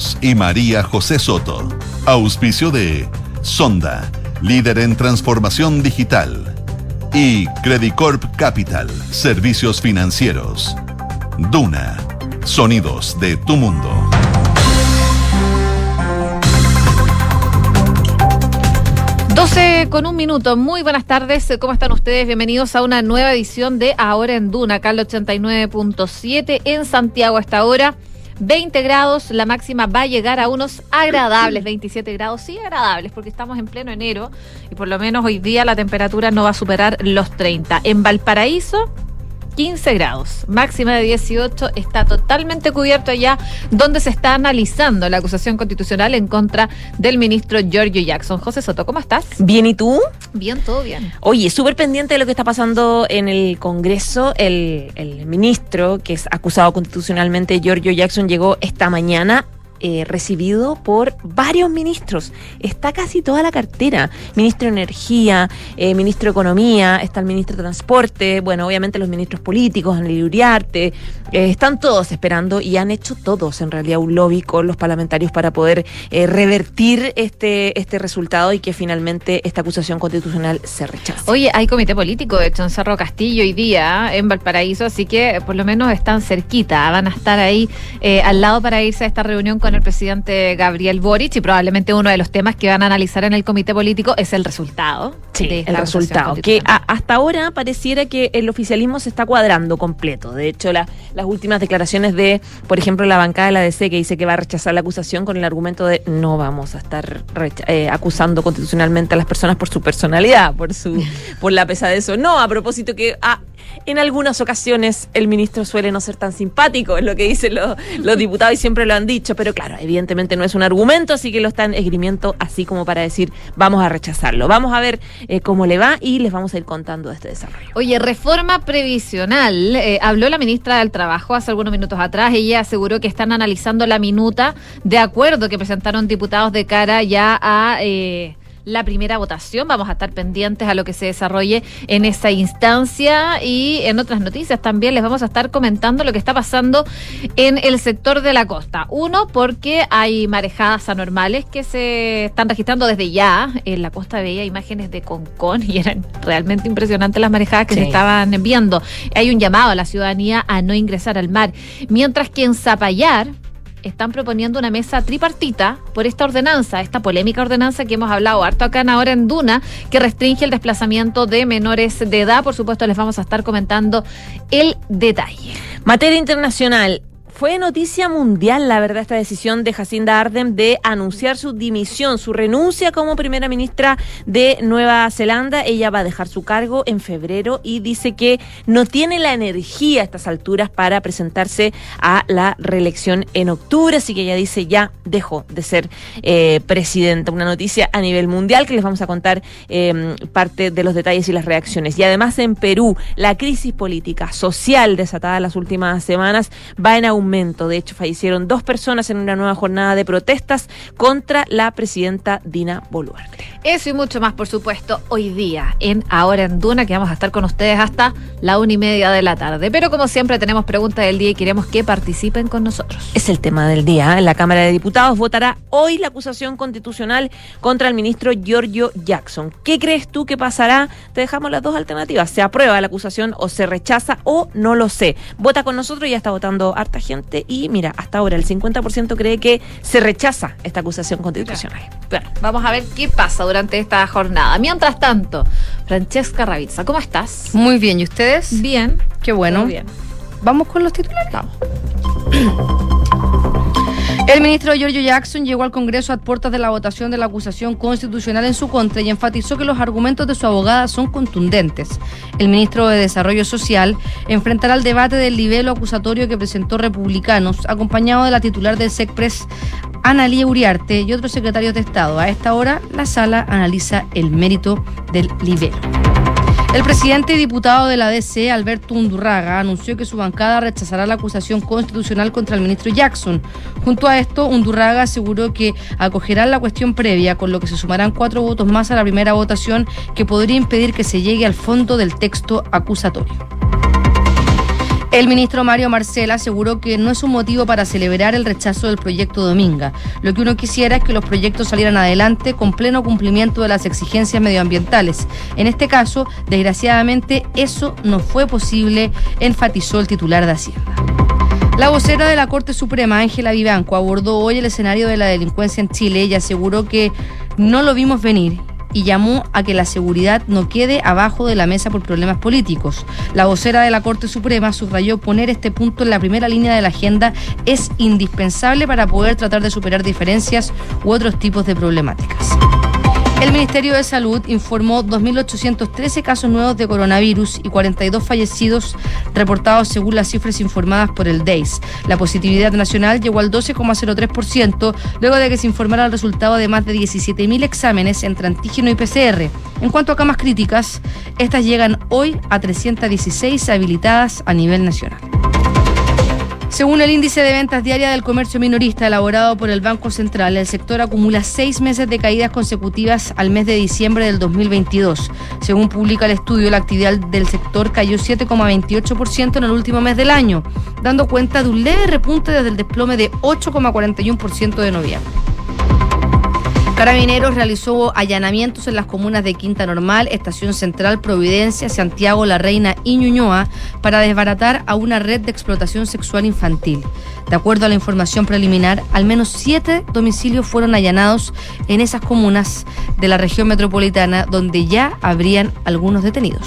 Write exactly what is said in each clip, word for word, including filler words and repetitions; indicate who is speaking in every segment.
Speaker 1: Ríos y María José Soto. Auspicio de Sonda, líder en transformación digital. Y Credicorp Capital, servicios financieros. Duna, sonidos de tu mundo.
Speaker 2: doce con un minuto. Muy buenas tardes. ¿Cómo están ustedes? Bienvenidos a una nueva edición de Ahora en Duna, acá al ochenta y nueve punto siete en Santiago a esta hora. veinte grados, la máxima va a llegar a unos agradables veintisiete grados, sí agradables, porque estamos en pleno enero y por lo menos hoy día la temperatura no va a superar los treinta. En Valparaíso, quince grados, máxima de dieciocho, está totalmente cubierto allá donde se está analizando la acusación constitucional en contra del ministro Giorgio Jackson. José Soto, ¿cómo estás?
Speaker 3: Bien, ¿y tú?
Speaker 2: Bien, todo bien.
Speaker 3: Oye, súper pendiente de lo que está pasando en el Congreso. El, el ministro que es acusado constitucionalmente, Giorgio Jackson, llegó esta mañana Eh, recibido por varios ministros. Está casi toda la cartera. Ministro de Energía, eh, Ministro de Economía, está el Ministro de Transporte, bueno, obviamente los ministros políticos, Annely Uriarte, eh, están todos esperando y han hecho todos en realidad un lobby con los parlamentarios para poder eh, revertir este, este resultado y que finalmente esta acusación constitucional se rechace.
Speaker 2: Oye, hay comité político, de hecho, en Cerro Castillo hoy día, en Valparaíso, así que por lo menos están cerquita, van a estar ahí eh, al lado para irse a esta reunión con el presidente Gabriel Boric, y probablemente uno de los temas que van a analizar en el comité político es el resultado.
Speaker 3: Sí, de el resultado, que a, hasta ahora pareciera que el oficialismo se está cuadrando completo. De hecho, la, las últimas declaraciones de, por ejemplo, la bancada de la D C, que dice que va a rechazar la acusación con el argumento de no vamos a estar recha- eh, acusando constitucionalmente a las personas por su personalidad, por su por la pesadez o no, a propósito que ah, en algunas ocasiones el ministro suele no ser tan simpático, es lo que dicen los, los diputados y siempre lo han dicho, pero claro, evidentemente no es un argumento, así que lo están esgrimiendo así como para decir vamos a rechazarlo. Vamos a ver eh, cómo le va y les vamos a ir contando de este desarrollo.
Speaker 2: Oye, reforma previsional. Eh, habló la ministra del Trabajo hace algunos minutos atrás. Ella aseguró que están analizando la minuta de acuerdo que presentaron diputados de cara ya a Eh, la primera votación. Vamos a estar pendientes a lo que se desarrolle en esa instancia, y en otras noticias también les vamos a estar comentando lo que está pasando en el sector de la costa. Uno, porque hay marejadas anormales que se están registrando desde ya. En la costa veía imágenes de Concón y eran realmente impresionantes las marejadas que sí se estaban viendo. Hay un llamado a la ciudadanía a no ingresar al mar. Mientras que en Zapallar están proponiendo una mesa tripartita por esta ordenanza, esta polémica ordenanza que hemos hablado harto acá en Ahora en Duna, que restringe el desplazamiento de menores de edad. Por supuesto, les vamos a estar comentando el detalle.
Speaker 3: Materia internacional. Fue noticia mundial, la verdad, esta decisión de Jacinda Ardern de anunciar su dimisión, su renuncia como primera ministra de Nueva Zelanda. Ella va a dejar su cargo en febrero y dice que no tiene la energía a estas alturas para presentarse a la reelección en octubre, así que ella dice ya dejó de ser eh, presidenta. Una noticia a nivel mundial que les vamos a contar eh, parte de los detalles y las reacciones. Y además en Perú, la crisis política, social desatada las últimas semanas va en aumento. De hecho, fallecieron dos personas en una nueva jornada de protestas contra la presidenta Dina Boluarte.
Speaker 2: Eso y mucho más, por supuesto, hoy día en Ahora en Duna, que vamos a estar con ustedes hasta la una y media de la tarde. Pero como siempre tenemos preguntas del día y queremos que participen con nosotros.
Speaker 3: Es el tema del día. La Cámara de Diputados votará hoy la acusación constitucional contra el ministro Giorgio Jackson. ¿Qué crees tú que pasará? Te dejamos las dos alternativas. ¿Se aprueba la acusación o se rechaza o no lo sé? Vota con nosotros, ya está votando harta gente. Y mira, hasta ahora el cincuenta por ciento cree que se rechaza esta acusación constitucional.
Speaker 2: Claro. Vamos a ver qué pasa durante esta jornada. Mientras tanto, Francesca Ravizza, ¿cómo estás?
Speaker 4: Muy bien, ¿y ustedes?
Speaker 2: Bien.
Speaker 4: Qué bueno.
Speaker 2: Muy bien.
Speaker 4: ¿Vamos con los titulares?
Speaker 2: Vamos.
Speaker 4: El ministro Giorgio Jackson llegó al Congreso a puertas de la votación de la acusación constitucional en su contra y enfatizó que los argumentos de su abogada son contundentes. El ministro de Desarrollo Social enfrentará el debate del libelo acusatorio que presentó Republicanos, acompañado de la titular del SECPRES, Annely Uriarte, y otros secretarios de Estado. A esta hora, la sala analiza el mérito del libelo. El presidente y diputado de la D C, Alberto Undurraga, anunció que su bancada rechazará la acusación constitucional contra el ministro Jackson. Junto a esto, Undurraga aseguró que acogerán la cuestión previa, con lo que se sumarán cuatro votos más a la primera votación, que podría impedir que se llegue al fondo del texto acusatorio. El ministro Mario Marcel aseguró que no es un motivo para celebrar el rechazo del proyecto Dominga. Lo que uno quisiera es que los proyectos salieran adelante con pleno cumplimiento de las exigencias medioambientales. En este caso, desgraciadamente, eso no fue posible, enfatizó el titular de Hacienda. La vocera de la Corte Suprema, Ángela Vivanco, abordó hoy el escenario de la delincuencia en Chile y aseguró que no lo vimos venir y llamó a que la seguridad no quede abajo de la mesa por problemas políticos. La vocera de la Corte Suprema subrayó poner este punto en la primera línea de la agenda es indispensable para poder tratar de superar diferencias u otros tipos de problemáticas. El Ministerio de Salud informó dos mil ochocientos trece casos nuevos de coronavirus y cuarenta y dos fallecidos reportados según las cifras informadas por el D E I S. La positividad nacional llegó al doce coma cero tres por ciento luego de que se informara el resultado de más de diecisiete mil exámenes entre antígeno y P C R. En cuanto a camas críticas, estas llegan hoy a trescientas dieciséis habilitadas a nivel nacional. Según el índice de ventas diarias del comercio minorista elaborado por el Banco Central, el sector acumula seis meses de caídas consecutivas al mes de diciembre del dos mil veintidós. Según publica el estudio, la actividad del sector cayó siete coma veintiocho por ciento en el último mes del año, dando cuenta de un leve repunte desde el desplome de ocho coma cuarenta y uno por ciento de noviembre. Carabineros realizó allanamientos en las comunas de Quinta Normal, Estación Central, Providencia, Santiago, La Reina y Ñuñoa para desbaratar a una red de explotación sexual infantil. De acuerdo a la información preliminar, al menos siete domicilios fueron allanados en esas comunas de la región metropolitana, donde ya habrían algunos detenidos.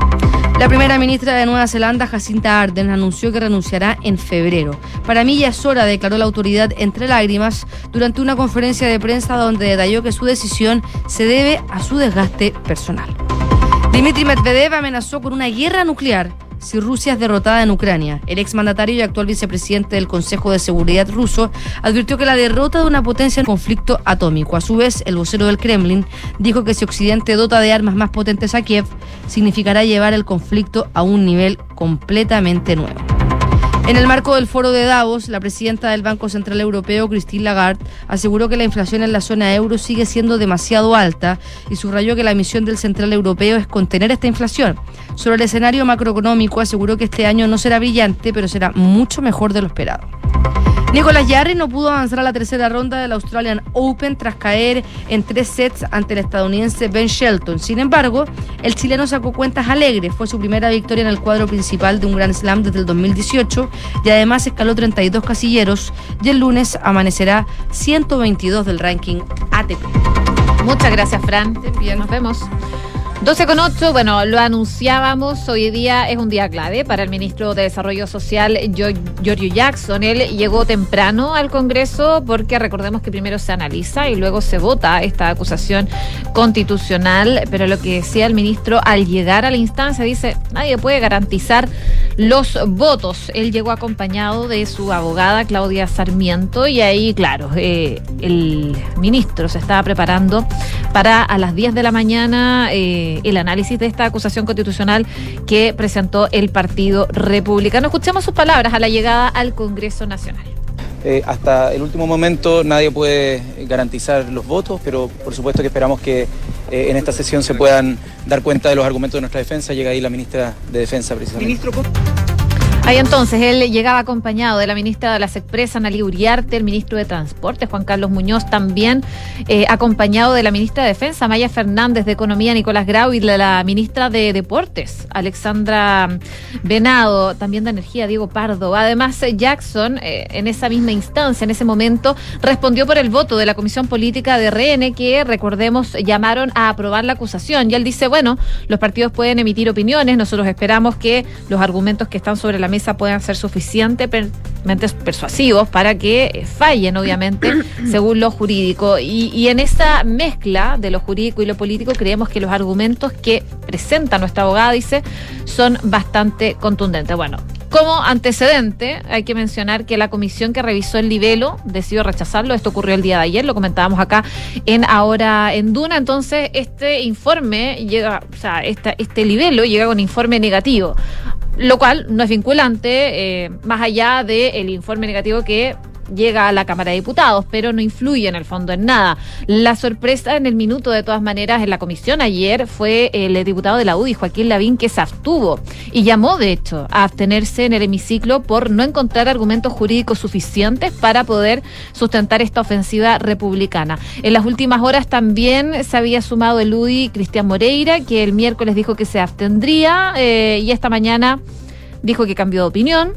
Speaker 4: La primera ministra de Nueva Zelanda, Jacinda Ardern, anunció que renunciará en febrero. Para mí ya es hora, declaró la autoridad entre lágrimas durante una conferencia de prensa donde detalló que su decisión se debe a su desgaste personal. Dmitry Medvedev amenazó con una guerra nuclear si Rusia es derrotada en Ucrania. El exmandatario y actual vicepresidente del Consejo de Seguridad ruso advirtió que la derrota de una potencia en conflicto atómico. A su vez, el vocero del Kremlin dijo que si Occidente dota de armas más potentes a Kiev, significará llevar el conflicto a un nivel completamente nuevo. En el marco del foro de Davos, la presidenta del Banco Central Europeo, Christine Lagarde, aseguró que la inflación en la zona euro sigue siendo demasiado alta y subrayó que la misión del Central Europeo es contener esta inflación. Sobre el escenario macroeconómico, aseguró que este año no será brillante, pero será mucho mejor de lo esperado. Nicolás Jarry no pudo avanzar a la tercera ronda del Australian Open tras caer en tres sets ante el estadounidense Ben Shelton. Sin embargo, el chileno sacó cuentas alegres. Fue su primera victoria en el cuadro principal de un Grand Slam desde el dos mil dieciocho y además escaló treinta y dos casilleros y el lunes amanecerá ciento veintidós del ranking A T P.
Speaker 2: Muchas gracias, Fran. Bien, nos vemos. doce con ocho, bueno, lo anunciábamos, hoy día es un día clave para el ministro de Desarrollo Social, Giorgio Jackson. Él llegó temprano al Congreso porque recordemos que primero se analiza y luego se vota esta acusación constitucional, pero lo que decía el ministro al llegar a la instancia, dice, nadie puede garantizar los votos. Él llegó acompañado de su abogada Claudia Sarmiento y ahí, claro, eh, el ministro se estaba preparando para a las diez de la mañana eh, el análisis de esta acusación constitucional que presentó el Partido Republicano. Escuchemos sus palabras a la llegada al Congreso Nacional.
Speaker 5: Eh, hasta el último momento nadie puede garantizar los votos, pero por supuesto que esperamos que eh, en esta sesión se puedan dar cuenta de los argumentos de nuestra defensa. Llega ahí la ministra de Defensa precisamente. Ministro,
Speaker 2: Ahí entonces, él llegaba acompañado de la ministra de las Expresas, Analí Uriarte, el ministro de Transporte, Juan Carlos Muñoz, también eh, acompañado de la ministra de Defensa, Maya Fernández, de Economía, Nicolás Grau, y de la ministra de Deportes, Alexandra Venado, también de Energía, Diego Pardo. Además, Jackson, eh, en esa misma instancia, en ese momento, respondió por el voto de la Comisión Política de R N, que, recordemos, llamaron a aprobar la acusación. Y él dice, bueno, los partidos pueden emitir opiniones, nosotros esperamos que los argumentos que están sobre la mesa puedan ser suficientemente persuasivos para que fallen, obviamente, según lo jurídico. Y, y en esa mezcla de lo jurídico y lo político, creemos que los argumentos que presenta nuestra abogada, dice, son bastante contundentes. Bueno, como antecedente, hay que mencionar que la comisión que revisó el libelo decidió rechazarlo. Esto ocurrió el día de ayer, lo comentábamos acá en Ahora en Duna. Entonces, este informe llega, o sea, esta, este libelo llega con informe negativo, lo cual no es vinculante, eh, más allá del informe negativo que llega a la Cámara de Diputados, pero no influye en el fondo en nada. La sorpresa en el minuto, de todas maneras, en la comisión ayer fue el diputado de la U D I, Joaquín Lavín, que se abstuvo y llamó, de hecho, a abstenerse en el hemiciclo por no encontrar argumentos jurídicos suficientes para poder sustentar esta ofensiva republicana. En las últimas horas también se había sumado el U D I Cristian Moreira, que el miércoles dijo que se abstendría eh, y esta mañana dijo que cambió de opinión.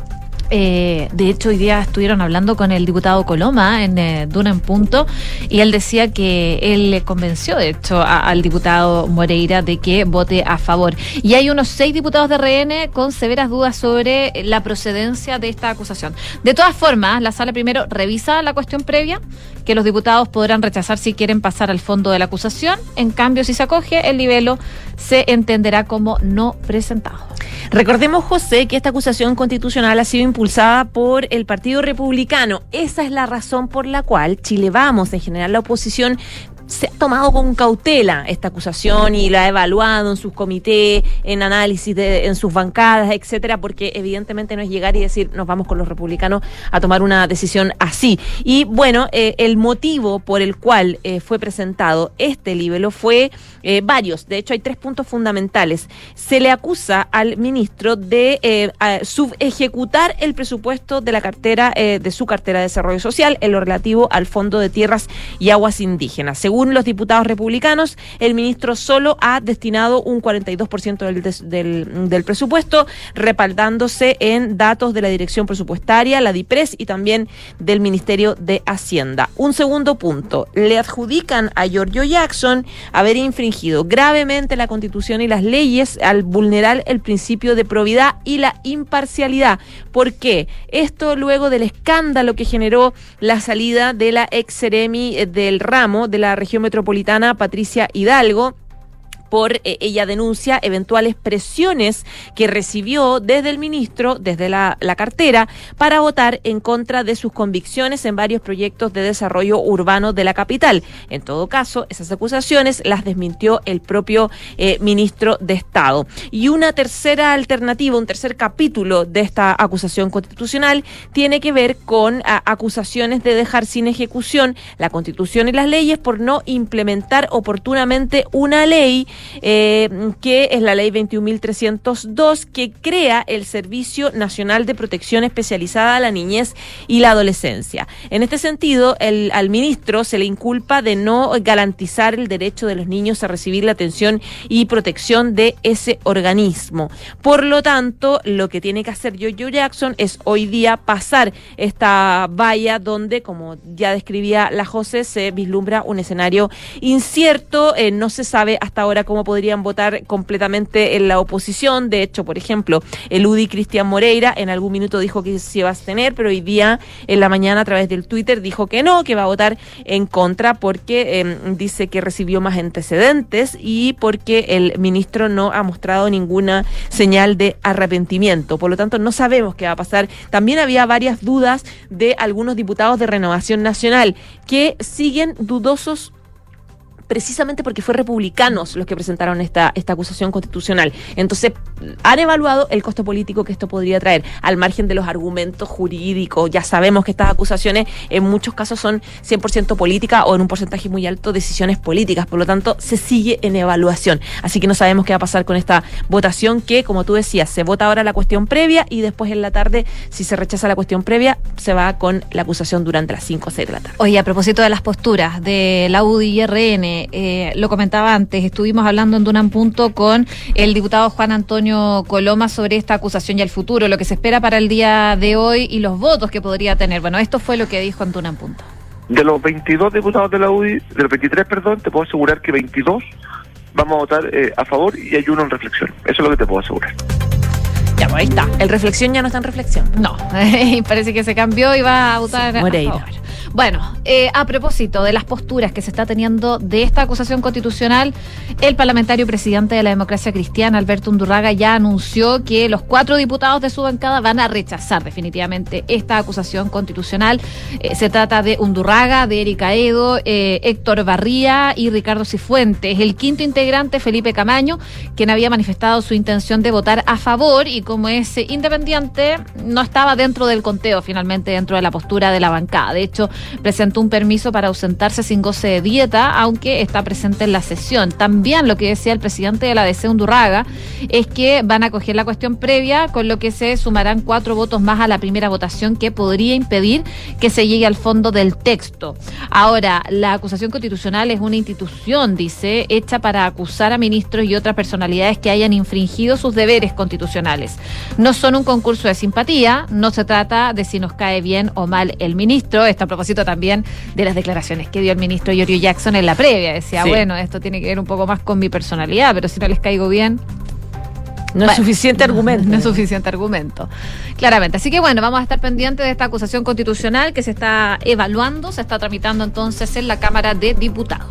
Speaker 2: Eh, de hecho, hoy día estuvieron hablando con el diputado Coloma en eh, Duna en Punto, y él decía que él le convenció, de hecho, a, al diputado Moreira de que vote a favor. Y hay unos seis diputados de R N con severas dudas sobre la procedencia de esta acusación. De todas formas, la sala primero revisa la cuestión previa, que los diputados podrán rechazar si quieren pasar al fondo de la acusación. En cambio, si se acoge, el libelo se entenderá como no presentado.
Speaker 3: Recordemos, José, que esta acusación constitucional ha sido impulsada por el Partido Republicano. Esa es la razón por la cual Chile Vamos, en general la oposición, se ha tomado con cautela esta acusación y la ha evaluado en sus comités, en análisis, de, en sus bancadas, etcétera, porque evidentemente no es llegar y decir nos vamos con los republicanos a tomar una decisión así. Y bueno, eh, el motivo por el cual eh, fue presentado este libelo fue eh, varios. De hecho, hay tres puntos fundamentales. Se le acusa al ministro de eh, subejecutar el presupuesto de la cartera, eh, de su cartera de desarrollo social en lo relativo al Fondo de Tierras y Aguas Indígenas. Según Según los diputados republicanos, el ministro solo ha destinado un cuarenta y dos por ciento del, del, del presupuesto, respaldándose en datos de la Dirección Presupuestaria, la DIPRES y también del Ministerio de Hacienda. Un segundo punto, le adjudican a Giorgio Jackson haber infringido gravemente la Constitución y las leyes al vulnerar el principio de probidad y la imparcialidad. ¿Por qué? Esto luego del escándalo que generó la salida de la ex seremi del ramo de la región metropolitana, Patricia Hidalgo. Por eh, ella denuncia eventuales presiones que recibió desde el ministro, desde la, la cartera, para votar en contra de sus convicciones en varios proyectos de desarrollo urbano de la capital. En todo caso, esas acusaciones las desmintió el propio eh, ministro de Estado. Y una tercera alternativa, un tercer capítulo de esta acusación constitucional tiene que ver con a, acusaciones de dejar sin ejecución la Constitución y las leyes por no implementar oportunamente una ley Eh, que es la ley veintiún mil trescientos dos, que crea el Servicio Nacional de Protección Especializada a la Niñez y la Adolescencia. En este sentido, el, al ministro se le inculpa de no garantizar el derecho de los niños a recibir la atención y protección de ese organismo. Por lo tanto, lo que tiene que hacer Giorgio Jackson es hoy día pasar esta valla donde, como ya describía la José, se vislumbra un escenario incierto. Eh, no se sabe hasta ahora cómo podrían votar completamente en la oposición. De hecho, por ejemplo, el U D I Cristian Moreira en algún minuto dijo que se iba a abstener, pero hoy día en la mañana a través del Twitter dijo que no, que va a votar en contra porque eh, dice que recibió más antecedentes y porque el ministro no ha mostrado ninguna señal de arrepentimiento. Por lo tanto, no sabemos qué va a pasar. También había varias dudas de algunos diputados de Renovación Nacional que siguen dudosos precisamente porque fue republicanos los que presentaron esta, esta acusación constitucional. Entonces, han evaluado el costo político que esto podría traer, al margen de los argumentos jurídicos. Ya sabemos que estas acusaciones en muchos casos son cien por ciento políticas o en un porcentaje muy alto decisiones políticas. Por lo tanto, se sigue en evaluación. Así que no sabemos qué va a pasar con esta votación que, como tú decías, se vota ahora la cuestión previa y después en la tarde, si se rechaza la cuestión previa, se va con la acusación durante las cinco o seis de la tarde.
Speaker 2: Oye, a propósito de las posturas de la U D I y R N, Eh, lo comentaba antes, estuvimos hablando en Duna en Punto con el diputado Juan Antonio Coloma sobre esta acusación y el futuro, lo que se espera para el día de hoy y los votos que podría tener. Bueno, esto fue lo que dijo en Duna en Punto.
Speaker 6: De los veintidós diputados de la U D I, de los veintitrés, perdón, te puedo asegurar que veintidós vamos a votar eh, a favor y hay uno en reflexión. Eso es lo que te puedo asegurar.
Speaker 3: Ya, pues ahí está. El reflexión ya no está en reflexión.
Speaker 2: No, parece que se cambió y va a votar
Speaker 3: sí, Moreira.
Speaker 2: a favor. Bueno, eh, a propósito de las posturas que se está teniendo de esta acusación constitucional, el parlamentario presidente de la Democracia Cristiana, Alberto Undurraga, ya anunció que los cuatro diputados de su bancada van a rechazar definitivamente esta acusación constitucional. Eh, se trata de Undurraga, de Erika Edo, eh, Héctor Barría y Ricardo Cifuentes. El quinto integrante, Felipe Camaño, quien había manifestado su intención de votar a favor y como es eh, independiente, no estaba dentro del conteo finalmente, dentro de la postura de la bancada. De hecho, presentó un permiso para ausentarse sin goce de dieta, aunque está presente en la sesión. También lo que decía el presidente de la D C, Undurraga, es que van a acoger la cuestión previa, con lo que se sumarán cuatro votos más a la primera votación que podría impedir que se llegue al fondo del texto. Ahora, la acusación constitucional es una institución, dice, hecha para acusar a ministros y otras personalidades que hayan infringido sus deberes constitucionales. No son un concurso de simpatía, no se trata de si nos cae bien o mal el ministro. Esto a propósito también de las declaraciones que dio el ministro Giorgio Jackson en la previa. Decía, sí, bueno, esto tiene que ver un poco más con mi personalidad, pero si no les caigo bien...
Speaker 3: No bueno, es suficiente argumento.
Speaker 2: No, no es suficiente argumento, claramente. Así que bueno, vamos a estar pendientes de esta acusación constitucional que se está evaluando, se está tramitando entonces en la Cámara de Diputados.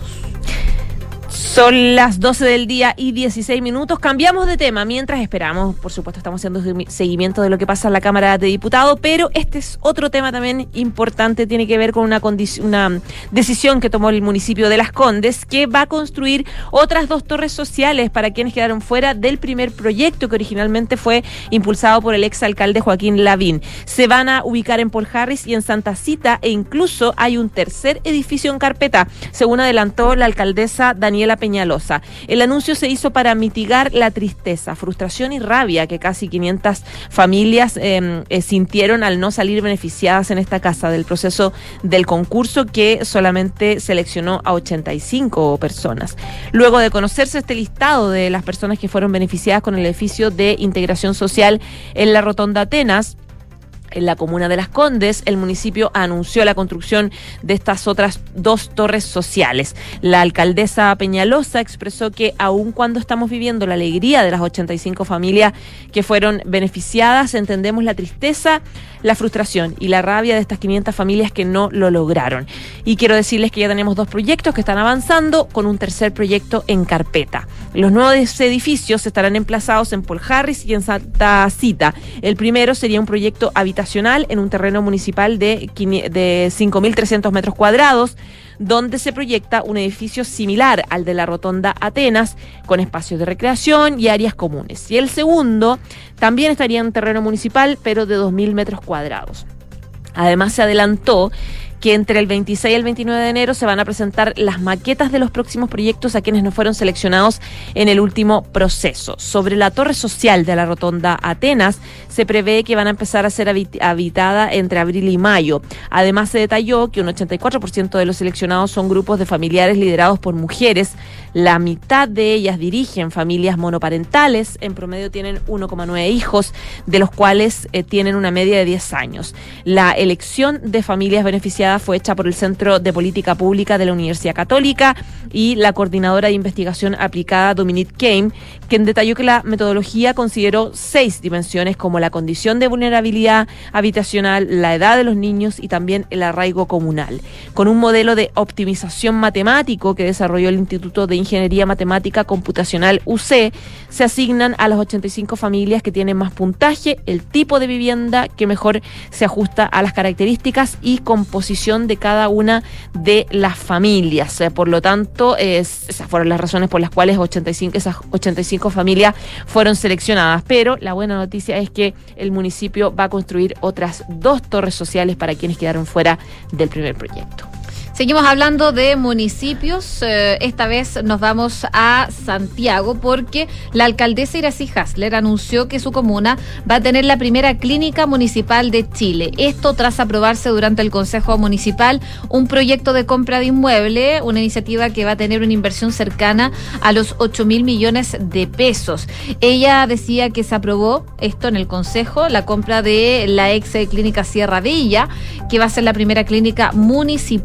Speaker 3: Son las doce del día y dieciséis minutos. Cambiamos de tema mientras esperamos. Por supuesto, estamos haciendo seguimiento de lo que pasa en la Cámara de Diputados, pero este es otro tema también importante. Tiene que ver con una, condic- una decisión que tomó el municipio de Las Condes, que va a construir otras dos torres sociales para quienes quedaron fuera del primer proyecto que originalmente fue impulsado por el exalcalde Joaquín Lavín. Se van a ubicar en Paul Harris y en Santa Cita, e incluso hay un tercer edificio en carpeta, según adelantó la alcaldesa Daniela Peñalosa. El anuncio se hizo para mitigar la tristeza, frustración y rabia que casi quinientas familias eh, eh, sintieron al no salir beneficiadas en esta casa del proceso del concurso, que solamente seleccionó a ochenta y cinco personas. Luego de conocerse este listado de las personas que fueron beneficiadas con el edificio de integración social en la Rotonda Atenas, en la comuna de Las Condes, el municipio anunció la construcción de estas otras dos torres sociales. La alcaldesa Peñalosa expresó que aun cuando estamos viviendo la alegría de las ochenta y cinco familias que fueron beneficiadas, entendemos la tristeza, la frustración y la rabia de estas quinientas familias que no lo lograron. Y quiero decirles que ya tenemos dos proyectos que están avanzando, con un tercer proyecto en carpeta. Los nuevos edificios estarán emplazados en Paul Harris y en Santa Cita. El primero sería un proyecto habitacional en un terreno municipal de, de cinco mil trescientos metros cuadrados, donde se proyecta un edificio similar al de la Rotonda Atenas, con espacios de recreación y áreas comunes. Y el segundo también estaría en terreno municipal, pero de dos mil metros cuadrados. Además, se adelantó que entre el veintiséis y el veintinueve de enero se van a presentar las maquetas de los próximos proyectos a quienes no fueron seleccionados en el último proceso. Sobre la torre social de la Rotonda Atenas, se prevé que van a empezar a ser habit- habitada entre abril y mayo. Además, se detalló que un ochenta y cuatro por ciento de los seleccionados son grupos de familiares liderados por mujeres. La mitad de ellas dirigen familias monoparentales. En promedio tienen uno coma nueve hijos, de los cuales eh, tienen una media de diez años. La elección de familias beneficiadas fue hecha por el Centro de Política Pública de la Universidad Católica y la coordinadora de investigación aplicada Dominique Kame, quien detalló que la metodología consideró seis dimensiones como la condición de vulnerabilidad habitacional, la edad de los niños y también el arraigo comunal. Con un modelo de optimización matemático que desarrolló el Instituto de Ingeniería Matemática Computacional U C, se asignan a las ochenta y cinco familias que tienen más puntaje el tipo de vivienda que mejor se ajusta a las características y composición de cada una de las familias. Por lo tanto, es, esas fueron las razones por las cuales ochenta y cinco, esas ochenta y cinco familias fueron seleccionadas. Pero la buena noticia es que el municipio va a construir otras dos torres sociales para quienes quedaron fuera del primer proyecto.
Speaker 2: Seguimos hablando de municipios, eh, esta vez nos vamos a Santiago porque la alcaldesa Iracy Hasler anunció que su comuna va a tener la primera clínica municipal de Chile. Esto tras aprobarse durante el Consejo Municipal un proyecto de compra de inmueble, una iniciativa que va a tener una inversión cercana a los ocho mil millones de pesos. Ella decía que se aprobó esto en el Consejo, la compra de la ex clínica Sierra Villa, que va a ser la primera clínica municipal.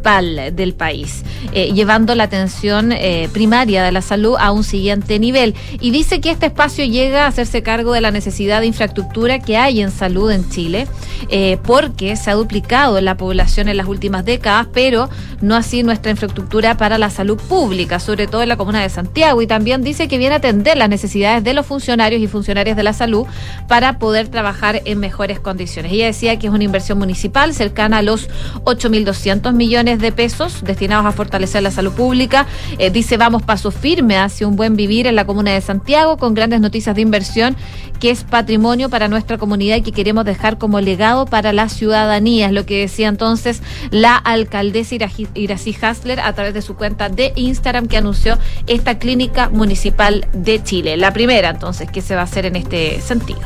Speaker 2: del, del país, eh, llevando la atención eh, primaria de la salud a un siguiente nivel. Y dice que este espacio llega a hacerse cargo de la necesidad de infraestructura que hay en salud en Chile, eh, porque se ha duplicado la población en las últimas décadas, pero no así nuestra infraestructura para la salud pública, sobre todo en la comuna de Santiago. Y también dice que viene a atender las necesidades de los funcionarios y funcionarias de la salud para poder trabajar en mejores condiciones. Ella decía que es una inversión municipal cercana a los ocho mil doscientos millones de pesos destinados a fortalecer la salud pública. Eh, dice, vamos paso firme hacia un buen vivir en la comuna de Santiago, con grandes noticias de inversión, que es patrimonio para nuestra comunidad y que queremos dejar como legado para la ciudadanía. Es lo que decía entonces la alcaldesa Iraji, Iracy Hasler a través de su cuenta de Instagram, que anunció esta clínica municipal de Chile. La primera entonces que se va a hacer en este sentido.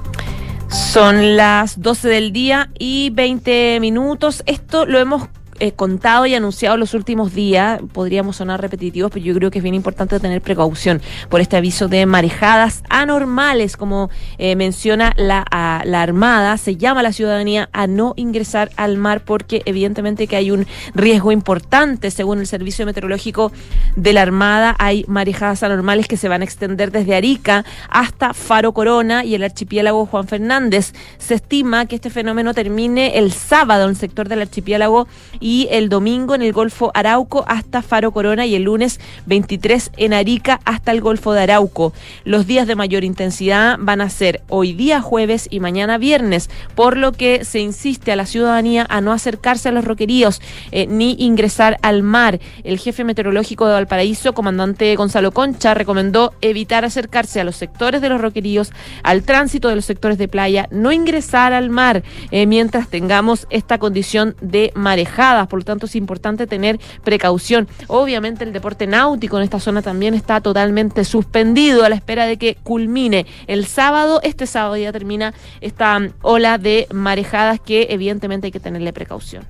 Speaker 3: Son las doce del día y veinte minutos. Esto lo hemos eh, contado y anunciado los últimos días. Podríamos sonar repetitivos, pero yo creo que es bien importante tener precaución por este aviso de marejadas anormales, como eh, menciona la, a, la Armada. Se llama a la ciudadanía a no ingresar al mar porque evidentemente que hay un riesgo importante. Según el Servicio Meteorológico de la Armada, hay marejadas anormales que se van a extender desde Arica hasta Faro Corona y el archipiélago Juan Fernández. Se estima que este fenómeno termine el sábado en el sector del archipiélago y el domingo en el Golfo Arauco hasta Faro Corona y el lunes veintitrés en Arica hasta el Golfo de Arauco. Los días de mayor intensidad van a ser hoy día jueves y mañana viernes, por lo que se insiste a la ciudadanía a no acercarse a los roqueríos eh, ni ingresar al mar. El jefe meteorológico de Valparaíso, comandante Gonzalo Concha, recomendó evitar acercarse a los sectores de los roqueríos, al tránsito de los sectores de playa, no ingresar al mar eh, mientras tengamos esta condición de marejada. Por lo tanto, es importante tener precaución. Obviamente, el deporte náutico en esta zona también está totalmente suspendido a la espera de que culmine el sábado. Este sábado ya termina esta ola de marejadas que evidentemente hay que tenerle precaución.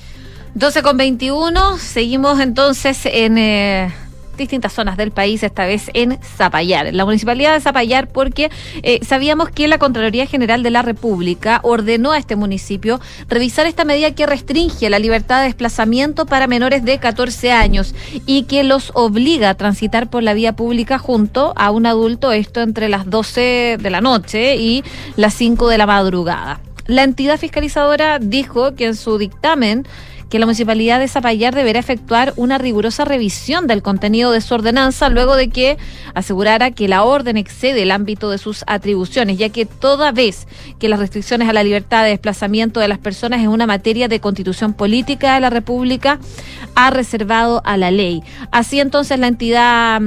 Speaker 2: doce con veintiuno, seguimos entonces en eh, distintas zonas del país, esta vez en Zapallar, en la municipalidad de Zapallar, porque eh, sabíamos que la Contraloría General de la República ordenó a este municipio revisar esta medida que restringe la libertad de desplazamiento para menores de catorce años y que los obliga a transitar por la vía pública junto a un adulto, esto entre las doce de la noche y las cinco de la madrugada. La entidad fiscalizadora dijo que en su dictamen que la municipalidad de Zapallar deberá efectuar una rigurosa revisión del contenido de su ordenanza luego de que asegurara que la orden excede el ámbito de sus atribuciones, ya que toda vez que las restricciones a la libertad de desplazamiento de las personas es una materia de constitución política de la República, ha reservado a la ley. Así entonces la entidad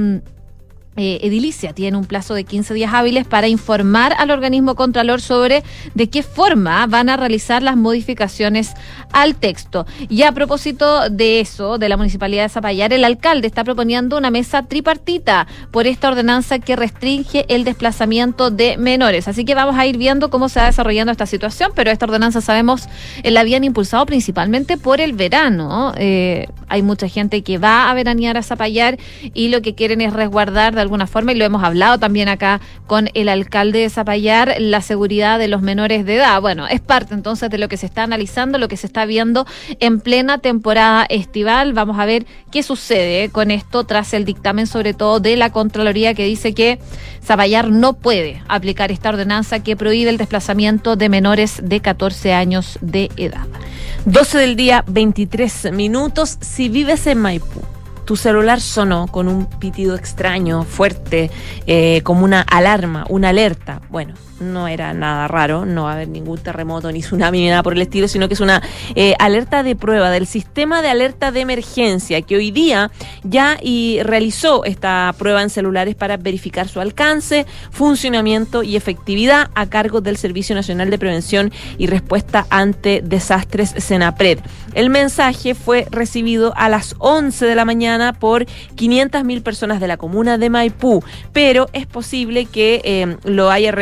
Speaker 2: Eh, edilicia tiene un plazo de quince días hábiles para informar al organismo contralor sobre de qué forma van a realizar las modificaciones al texto. Y a propósito de eso, de la Municipalidad de Zapallar, el alcalde está proponiendo una mesa tripartita por esta ordenanza que restringe el desplazamiento de menores. Así que vamos a ir viendo cómo se va desarrollando esta situación, pero esta ordenanza, sabemos, eh, la habían impulsado principalmente por el verano. Eh, hay mucha gente que va a veranear a Zapallar y lo que quieren es resguardar de alguna forma, y lo hemos hablado también acá con el alcalde de Zapallar, la seguridad de los menores de edad. Bueno, es parte entonces de lo que se está analizando, lo que se está viendo en plena temporada estival. Vamos a ver qué sucede con esto tras el dictamen, sobre todo de la Contraloría, que dice que Zapallar no puede aplicar esta ordenanza que prohíbe el desplazamiento de menores de catorce años de edad.
Speaker 3: doce del día, veintitrés minutos. Si vives en Maipú, tu celular sonó con un pitido extraño, fuerte, eh, como una alarma, una alerta. Bueno, no era nada raro, no va a haber ningún terremoto ni tsunami ni nada por el estilo, sino que es una eh, alerta de prueba del sistema de alerta de emergencia, que hoy día ya y realizó esta prueba en celulares para verificar su alcance, funcionamiento y efectividad a cargo del Servicio Nacional de Prevención y Respuesta ante Desastres, SENAPRED. El mensaje fue recibido a las once de la mañana por quinientas mil personas de la comuna de Maipú, pero es posible que eh, lo haya recibido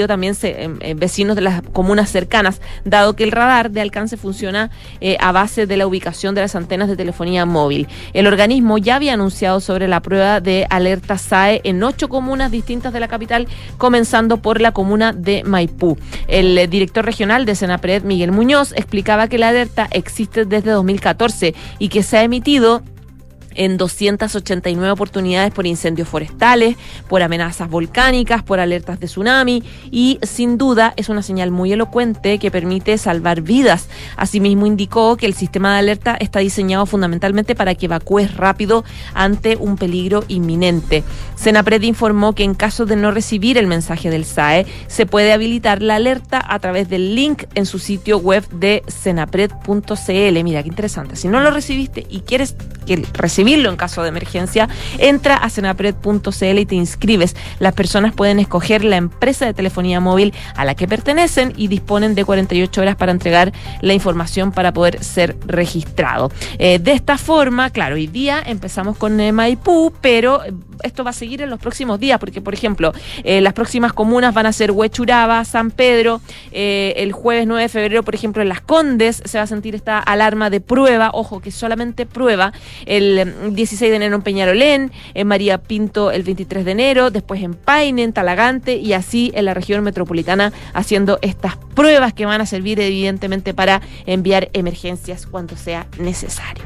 Speaker 3: también se, eh, vecinos de las comunas cercanas, dado que el radar de alcance funciona eh, a base de la ubicación de las antenas de telefonía móvil. El organismo ya había anunciado sobre la prueba de alerta S A E en ocho comunas distintas de la capital, comenzando por la comuna de Maipú. El eh, director regional de Senapred, Miguel Muñoz, explicaba que la alerta existe desde dos mil catorce y que se ha emitido en doscientas ochenta y nueve oportunidades por incendios forestales, por amenazas volcánicas, por alertas de tsunami, y sin duda es una señal muy elocuente que permite salvar vidas. Asimismo indicó que el sistema de alerta está diseñado fundamentalmente para que evacúes rápido ante un peligro inminente. Senapred informó que en caso de no recibir el mensaje del S A E, se puede habilitar la alerta a través del link en su sitio web de senapred punto c l. Mira, qué interesante. Si no lo recibiste y quieres que recibirlo en caso de emergencia, entra a senapred punto c l y te inscribes. Las personas pueden escoger la empresa de telefonía móvil a la que pertenecen y disponen de cuarenta y ocho horas para entregar la información para poder ser registrado. Eh, de esta forma, claro, hoy día empezamos con eh, Maipú, pero esto va a seguir en los próximos días, porque, por ejemplo, eh, las próximas comunas van a ser Huechuraba, San Pedro, eh, el jueves nueve de febrero, por ejemplo, en Las Condes se va a sentir esta alarma de prueba, ojo, que solamente prueba, el dieciséis de enero en Peñarolén, en María Pinto el veintitrés de enero, después en Paine, en Talagante, y así en la región metropolitana, haciendo estas pruebas que van a servir evidentemente para enviar emergencias cuando sea necesario.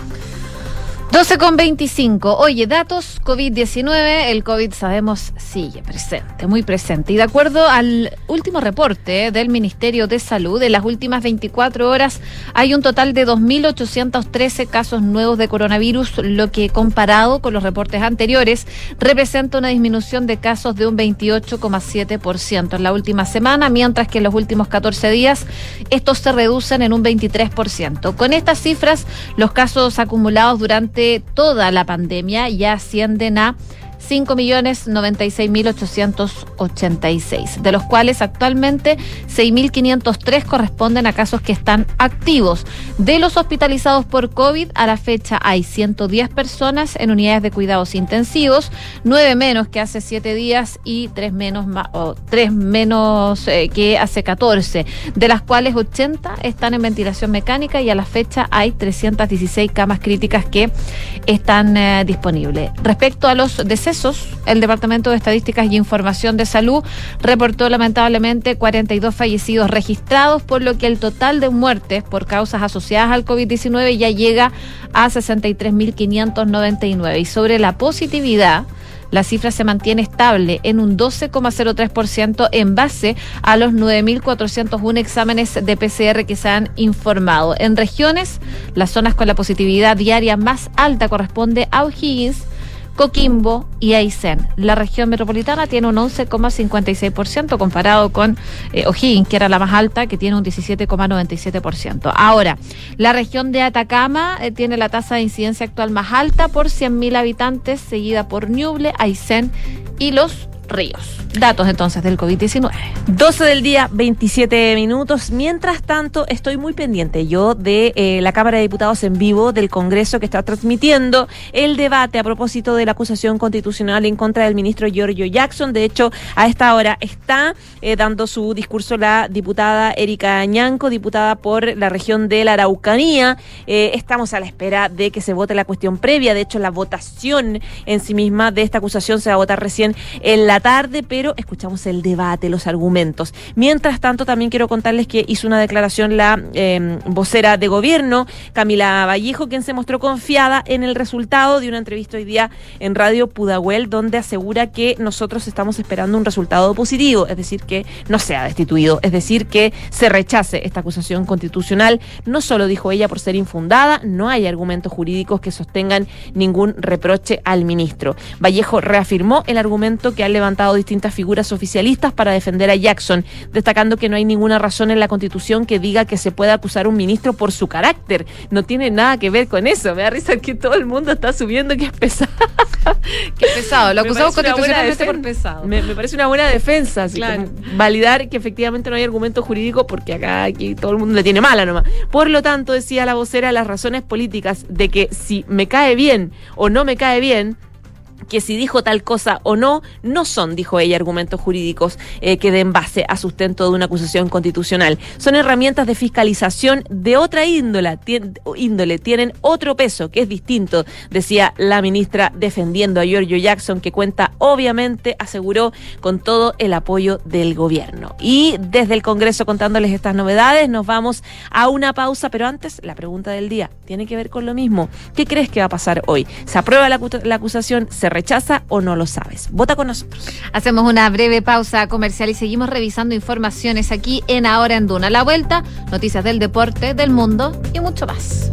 Speaker 2: doce con veinticinco. Oye, datos COVID diecinueve, el COVID sabemos sigue presente, muy presente. Y de acuerdo al último reporte del Ministerio de Salud, en las últimas veinticuatro horas hay un total de dos mil ochocientos trece casos nuevos de coronavirus, lo que comparado con los reportes anteriores representa una disminución de casos de un veintiocho coma siete por ciento en la última semana, mientras que en los últimos catorce días estos se reducen en un veintitrés por ciento. Con estas cifras, los casos acumulados durante toda la pandemia ya ascienden a cinco millones noventa y seis mil ochocientos ochenta y seis, de los cuales actualmente seis mil quinientos tres corresponden a casos que están activos. De los hospitalizados por COVID, a la fecha hay ciento diez personas en unidades de cuidados intensivos, nueve menos que hace siete días y tres menos, o tres menos eh, que hace catorce, de las cuales ochenta están en ventilación mecánica y a la fecha hay trescientas dieciséis camas críticas que están eh, disponibles. Respecto a los decesos, el Departamento de Estadísticas y Información de Salud reportó lamentablemente cuarenta y dos fallecidos registrados, por lo que el total de muertes por causas asociadas al COVID diecinueve ya llega a sesenta y tres mil quinientos noventa y nueve. Y sobre la positividad, la cifra se mantiene estable en un doce coma cero tres por ciento en base a los nueve mil cuatrocientos uno exámenes de P C R que se han informado. En regiones, las zonas con la positividad diaria más alta corresponde a O'Higgins, Coquimbo y Aysén. La región metropolitana tiene un once coma cincuenta y seis por ciento comparado con eh, O'Higgins, que era la más alta, que tiene un diecisiete coma noventa y siete por ciento. Ahora, la región de Atacama eh, tiene la tasa de incidencia actual más alta por cien mil habitantes, seguida por Ñuble, Aysén y Los Ríos. Datos entonces del COVID diecinueve.
Speaker 3: doce del día, veintisiete minutos. Mientras tanto, estoy muy pendiente yo de eh, la Cámara de Diputados en vivo del Congreso, que está transmitiendo el debate a propósito de la acusación constitucional en contra del ministro Giorgio Jackson. De hecho, a esta hora está eh, dando su discurso la diputada Erika Ñanco, diputada por la región de la Araucanía. Eh, estamos a la espera de que se vote la cuestión previa. De hecho, la votación en sí misma de esta acusación se va a votar recién en la tarde, pero escuchamos el debate, los argumentos. Mientras tanto, también quiero contarles que hizo una declaración la eh, vocera de gobierno, Camila Vallejo, quien se mostró confiada en el resultado de una entrevista hoy día en Radio Pudahuel, donde asegura que nosotros estamos esperando un resultado positivo, es decir, que no sea destituido, es decir, que se rechace esta acusación constitucional. No solo, dijo ella, por ser infundada, no hay argumentos jurídicos que sostengan ningún reproche al ministro. Vallejo reafirmó el argumento que han levantado distintas figuras oficialistas para defender a Jackson, destacando que no hay ninguna razón en la Constitución que diga que se pueda acusar a un ministro por su carácter. No tiene nada que ver con eso. Me da risa que todo el mundo está subiendo que es pesado.
Speaker 2: Qué pesado. Lo acusamos constitucionalmente por pesado.
Speaker 3: Me, me parece una buena defensa. Así claro. Validar que efectivamente no hay argumento jurídico, porque acá aquí todo el mundo le tiene mala nomás. Por lo tanto, decía la vocera, las razones políticas de que si me cae bien o no me cae bien que si dijo tal cosa o no, no son, dijo ella, argumentos jurídicos eh, que den base a sustento de una acusación constitucional. Son herramientas de fiscalización de otra índole, tien, índole, tienen otro peso, que es distinto, decía la ministra defendiendo a Giorgio Jackson, que cuenta, obviamente, aseguró, con todo el apoyo del gobierno. Y desde el Congreso, contándoles estas novedades, nos vamos a una pausa, pero antes, la pregunta del día tiene que ver con lo mismo. ¿Qué crees que va a pasar hoy? ¿Se aprueba la, la acusación? ¿Se rechaza o no lo sabes? Vota con nosotros.
Speaker 2: Hacemos una breve pausa comercial y seguimos revisando informaciones aquí en Ahora en Duna. A la vuelta, noticias del deporte, del mundo y mucho más.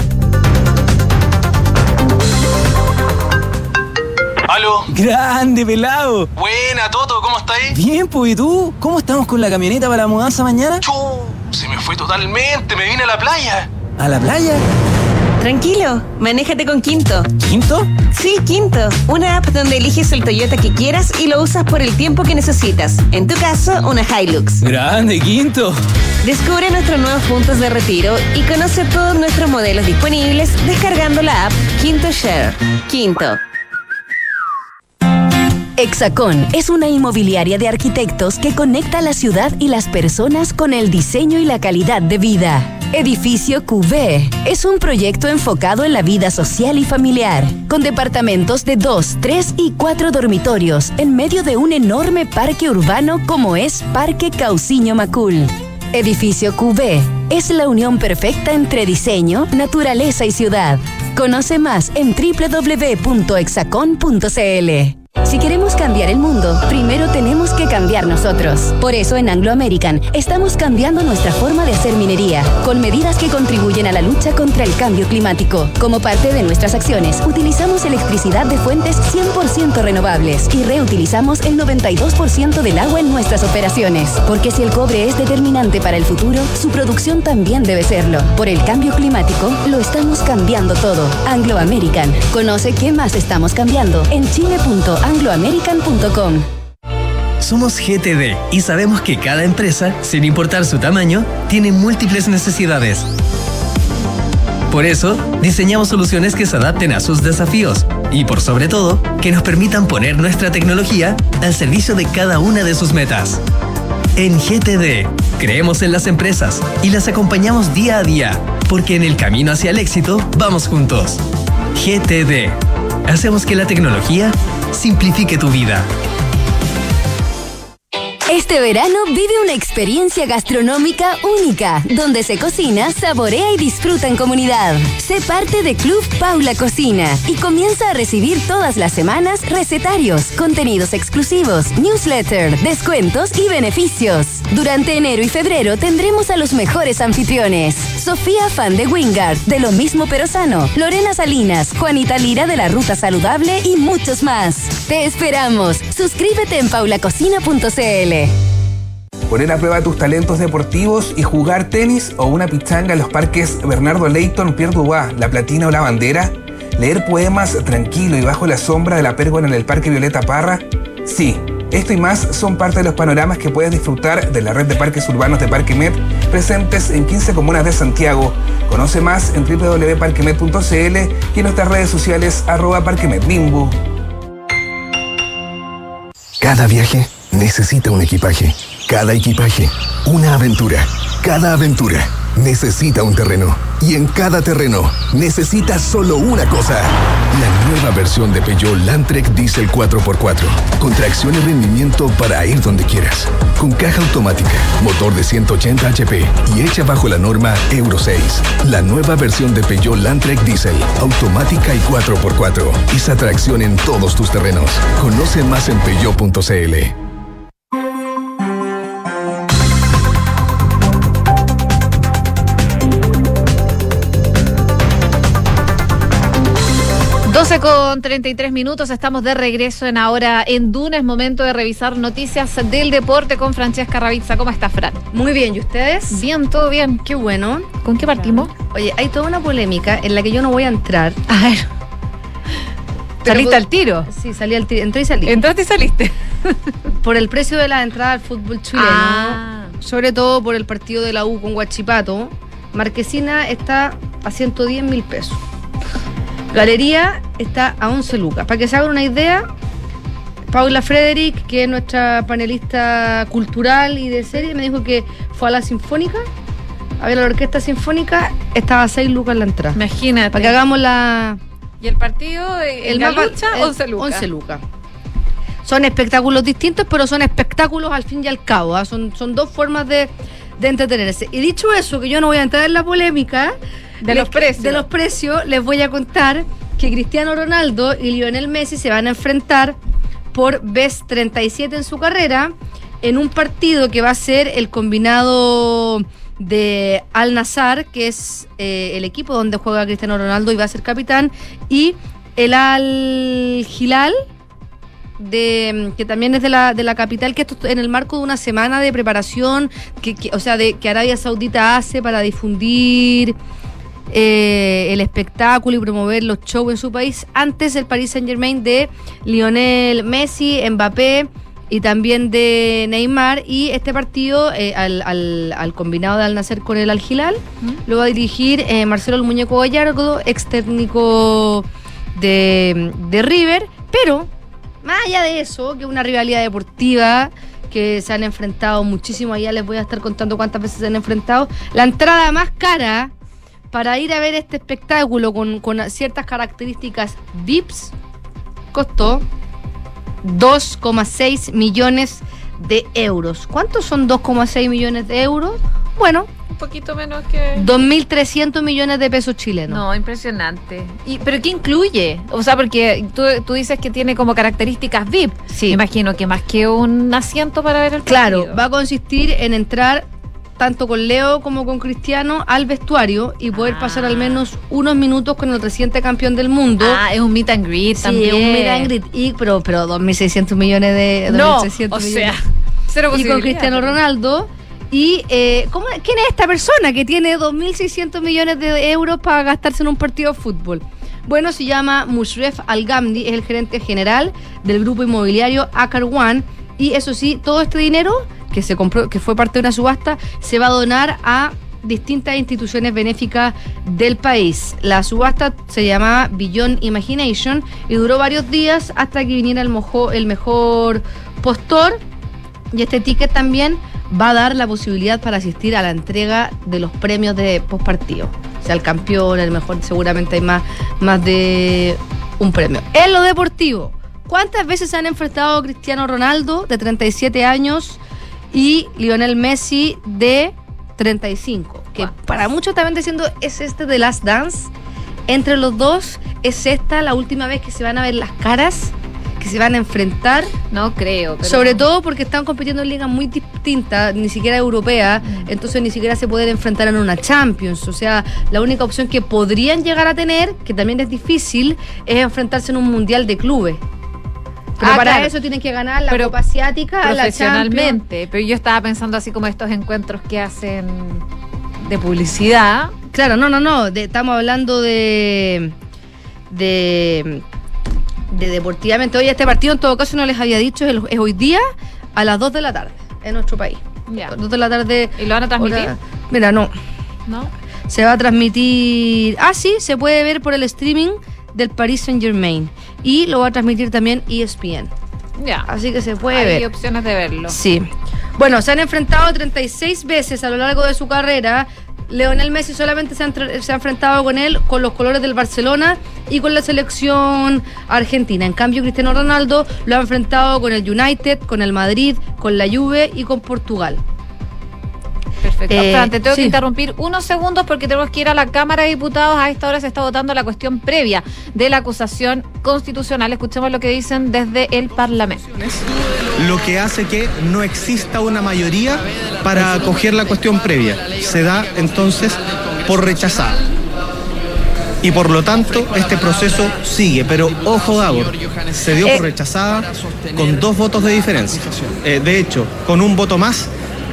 Speaker 7: ¿Aló?
Speaker 8: ¡Grande, pelado!
Speaker 7: Buena, Toto, ¿cómo estáis?
Speaker 8: Bien, pues, ¿y tú? ¿Cómo estamos con la camioneta para la mudanza mañana?
Speaker 7: ¡Chu! Se me fue totalmente, me vine a la playa.
Speaker 8: ¿A la playa?
Speaker 9: Tranquilo, manéjate con Quinto.
Speaker 8: ¿Quinto?
Speaker 9: Sí, Quinto. Una app donde eliges el Toyota que quieras y lo usas por el tiempo que necesitas. En tu caso, una Hilux.
Speaker 8: ¡Grande, Quinto!
Speaker 9: Descubre nuestros nuevos puntos de retiro y conoce todos nuestros modelos disponibles descargando la app Quinto Share. Quinto.
Speaker 10: Hexacón es una inmobiliaria de arquitectos que conecta la ciudad y las personas con el diseño y la calidad de vida. Edificio Q V es un proyecto enfocado en la vida social y familiar, con departamentos de dos, tres y cuatro dormitorios en medio de un enorme parque urbano como es Parque Cauciño Macul. Edificio Q V es la unión perfecta entre diseño, naturaleza y ciudad. Conoce más en doble u doble u doble u punto hexacon punto c l. Si queremos cambiar el mundo, primero tenemos que cambiar nosotros. Por eso en Anglo American estamos cambiando nuestra forma de hacer minería, con medidas que contribuyen a la lucha contra el cambio climático. Como parte de nuestras acciones, utilizamos electricidad de fuentes cien por ciento renovables y reutilizamos el noventa y dos por ciento del agua en nuestras operaciones. Porque si el cobre es determinante para el futuro, su producción también debe serlo. Por el cambio climático, lo estamos cambiando todo. Anglo American. Conoce qué más estamos cambiando en chile punto anglo american punto com.
Speaker 11: Somos G T D y sabemos que cada empresa, sin importar su tamaño, tiene múltiples necesidades. Por eso, diseñamos soluciones que se adapten a sus desafíos y, por sobre todo, que nos permitan poner nuestra tecnología al servicio de cada una de sus metas. En G T D, creemos en las empresas y las acompañamos día a día, porque en el camino hacia el éxito vamos juntos. G T D. Hacemos que la tecnología simplifique tu vida.
Speaker 10: Este verano vive una experiencia gastronómica única, donde se cocina, saborea y disfruta en comunidad. Sé parte de Club Paula Cocina y comienza a recibir todas las semanas recetarios, contenidos exclusivos, newsletter, descuentos y beneficios. Durante enero y febrero tendremos a los mejores anfitriones. Sofía Fan de Wingard, de Lo Mismo Pero Sano, Lorena Salinas, Juanita Lira de La Ruta Saludable y muchos más. Te esperamos. Suscríbete en paula cocina punto c l.
Speaker 12: Poner a prueba tus talentos deportivos y jugar tenis o una pichanga en los parques Bernardo Leighton, Pierre Dubois, La Platina o La Bandera. Leer poemas tranquilo y bajo la sombra de la pérgola en el Parque Violeta Parra. Sí, esto y más son parte de los panoramas que puedes disfrutar de la red de parques urbanos de Parquemed, presentes en quince comunas de Santiago. Conoce más en doble u doble u doble u punto parquemed punto c l y en nuestras redes sociales arroba parquemedbimbu.
Speaker 13: Cada viaje necesita un equipaje. Cada equipaje, una aventura. Cada aventura necesita un terreno. Y en cada terreno necesita solo una cosa. La nueva versión de Peugeot Landtrek Diesel cuatro por cuatro. Con tracción y rendimiento para ir donde quieras. Con caja automática, motor de ciento ochenta hache pe y hecha bajo la norma Euro seis. La nueva versión de Peugeot Landtrek Diesel, automática y cuatro por cuatro. Esa tracción en todos tus terrenos. Conoce más en peugeot punto c l.
Speaker 2: doce con treinta y tres minutos, estamos de regreso en Ahora en Duna. Es momento de revisar noticias del deporte con Francesca Ravizza. ¿Cómo está, Fran?
Speaker 4: Muy bien, ¿y ustedes?
Speaker 2: Bien, todo bien.
Speaker 4: Qué bueno.
Speaker 2: ¿Con qué partimos?
Speaker 4: Oye, hay toda una polémica en la que yo no voy a entrar.
Speaker 2: A ver. ¿Saliste al tiro?
Speaker 4: Sí, salí al tiro. Entré y salí.
Speaker 2: ¿Entraste y saliste?
Speaker 4: Por el precio de la entrada al fútbol chileno, ah. sobre todo por el partido de la U con Huachipato, Marquesina está a ciento diez mil pesos. Galería está a once lucas. Para que se hagan una idea, Paula Frederick, que es nuestra panelista cultural y de serie, me dijo que fue a la Sinfónica, a ver la Orquesta Sinfónica, estaba a seis lucas la entrada.
Speaker 2: Imagínate.
Speaker 4: Para que hagamos la...
Speaker 2: ¿Y el partido? ¿El más lucha? once lucas.
Speaker 4: once lucas. Son espectáculos distintos, pero son espectáculos al fin y al cabo. ¿eh? Son, son dos formas de, de entretenerse. Y dicho eso, que yo no voy a entrar en la polémica
Speaker 2: de los precios.
Speaker 4: De los precios, les voy a contar que Cristiano Ronaldo y Lionel Messi se van a enfrentar por vez treinta y siete en su carrera en un partido que va a ser el combinado de Al Nassr, que es eh, el equipo donde juega Cristiano Ronaldo y va a ser capitán, y el Al Hilal, de, que también es de la, de la capital, que esto en el marco de una semana de preparación que, que, o sea, de, que Arabia Saudita hace para difundir eh, el espectáculo y promover los shows en su país. Antes el Paris Saint-Germain de Lionel Messi, Mbappé y también de Neymar, y este partido eh, al, al, al combinado de Al Nassr con el Al Hilal ¿Mm? lo va a dirigir eh, Marcelo el Muñeco Gallardo, ex técnico de, de River. Pero más allá de eso, que es una rivalidad deportiva que se han enfrentado muchísimo, allá les voy a estar contando cuántas veces se han enfrentado, la entrada más cara para ir a ver este espectáculo con, con ciertas características V I Ps costó dos coma seis millones de euros. ¿Cuántos son dos coma seis millones de euros? Bueno,
Speaker 2: un poquito menos que...
Speaker 4: dos mil trescientos millones de pesos chilenos.
Speaker 2: No, impresionante. Y, ¿pero qué incluye? O sea, porque tú, tú dices que tiene como características V I P.
Speaker 4: Sí.
Speaker 2: Me imagino que más que un asiento para ver el
Speaker 4: Claro,
Speaker 2: partido.
Speaker 4: Va a consistir en entrar tanto con Leo como con Cristiano al vestuario y poder ah. pasar al menos unos minutos con el reciente campeón del mundo.
Speaker 2: Ah, es un meet and greet
Speaker 4: sí,
Speaker 2: también.
Speaker 4: Sí, un meet and greet. Y, pero, pero dos mil seiscientos millones de...
Speaker 2: No,
Speaker 4: dos mil seiscientos
Speaker 2: o
Speaker 4: millones.
Speaker 2: sea, cero
Speaker 4: y con Cristiano Ronaldo. Y, eh, ¿cómo, ¿quién es esta persona que tiene dos mil seiscientos millones de euros para gastarse en un partido de fútbol? Bueno, se llama Mushref Al-Gamdi, es el gerente general del grupo inmobiliario Akar One. Y eso sí, todo este dinero que se compró, que fue parte de una subasta, se va a donar a distintas instituciones benéficas del país. La subasta se llamaba Beyond Imagination y duró varios días hasta que viniera el, mojo, el mejor postor. Y este ticket también va a dar la posibilidad para asistir a la entrega de los premios de postpartido. O sea, el campeón, el mejor, seguramente hay más, más de un premio. En lo deportivo, ¿cuántas veces se han enfrentado Cristiano Ronaldo, de treinta y siete años, y Lionel Messi, de treinta y cinco? Que para muchos también diciendo, ¿es este The Last Dance? Entre los dos, ¿es esta la última vez que se van a ver las caras? ¿Que se van a enfrentar?
Speaker 2: No creo. Pero...
Speaker 4: Sobre todo porque están compitiendo en ligas muy distintas, ni siquiera europeas, mm. entonces ni siquiera se pueden enfrentar en una Champions. O sea, la única opción que podrían llegar a tener, que también es difícil, es enfrentarse en un Mundial de clubes. Pero ah, para claro. eso tienen que ganar la pero Copa Asiática,
Speaker 2: profesionalmente.
Speaker 4: La
Speaker 2: pero yo estaba pensando así como estos encuentros que hacen de publicidad.
Speaker 4: Claro, no, no, no. De, estamos hablando de... de de deportivamente. Hoy este partido en todo caso no les había dicho, es, es hoy día a las dos de la tarde en nuestro país.
Speaker 2: Ya.
Speaker 4: dos de la tarde.
Speaker 2: ¿Y lo van a transmitir?
Speaker 4: Hora, mira, no.
Speaker 2: ¿No?
Speaker 4: Se va a transmitir... Ah, sí, se puede ver por el streaming del Paris Saint-Germain. Y lo va a transmitir también E S P N.
Speaker 2: Ya.
Speaker 4: Así que se puede
Speaker 2: Hay
Speaker 4: ver.
Speaker 2: Hay opciones de verlo.
Speaker 4: Sí. Bueno, se han enfrentado treinta y seis veces a lo largo de su carrera. Lionel Messi solamente se ha, se ha enfrentado con él con los colores del Barcelona y con la selección argentina. En cambio, Cristiano Ronaldo lo ha enfrentado con el United, con el Madrid, con la Juve y con Portugal.
Speaker 2: Perfecto.
Speaker 4: Eh,
Speaker 2: Fran, te tengo
Speaker 4: sí.
Speaker 2: que interrumpir unos segundos porque tenemos que ir a la Cámara de Diputados. A esta hora se está votando la cuestión previa de la acusación constitucional. Escuchemos lo que dicen desde el Parlamento.
Speaker 14: Lo que hace que no exista una mayoría para acoger la cuestión previa. Se da entonces por rechazada. Y por lo tanto, este proceso sigue. Pero ojo, Davor, se dio por rechazada con dos votos de diferencia. Eh, de hecho, con un voto más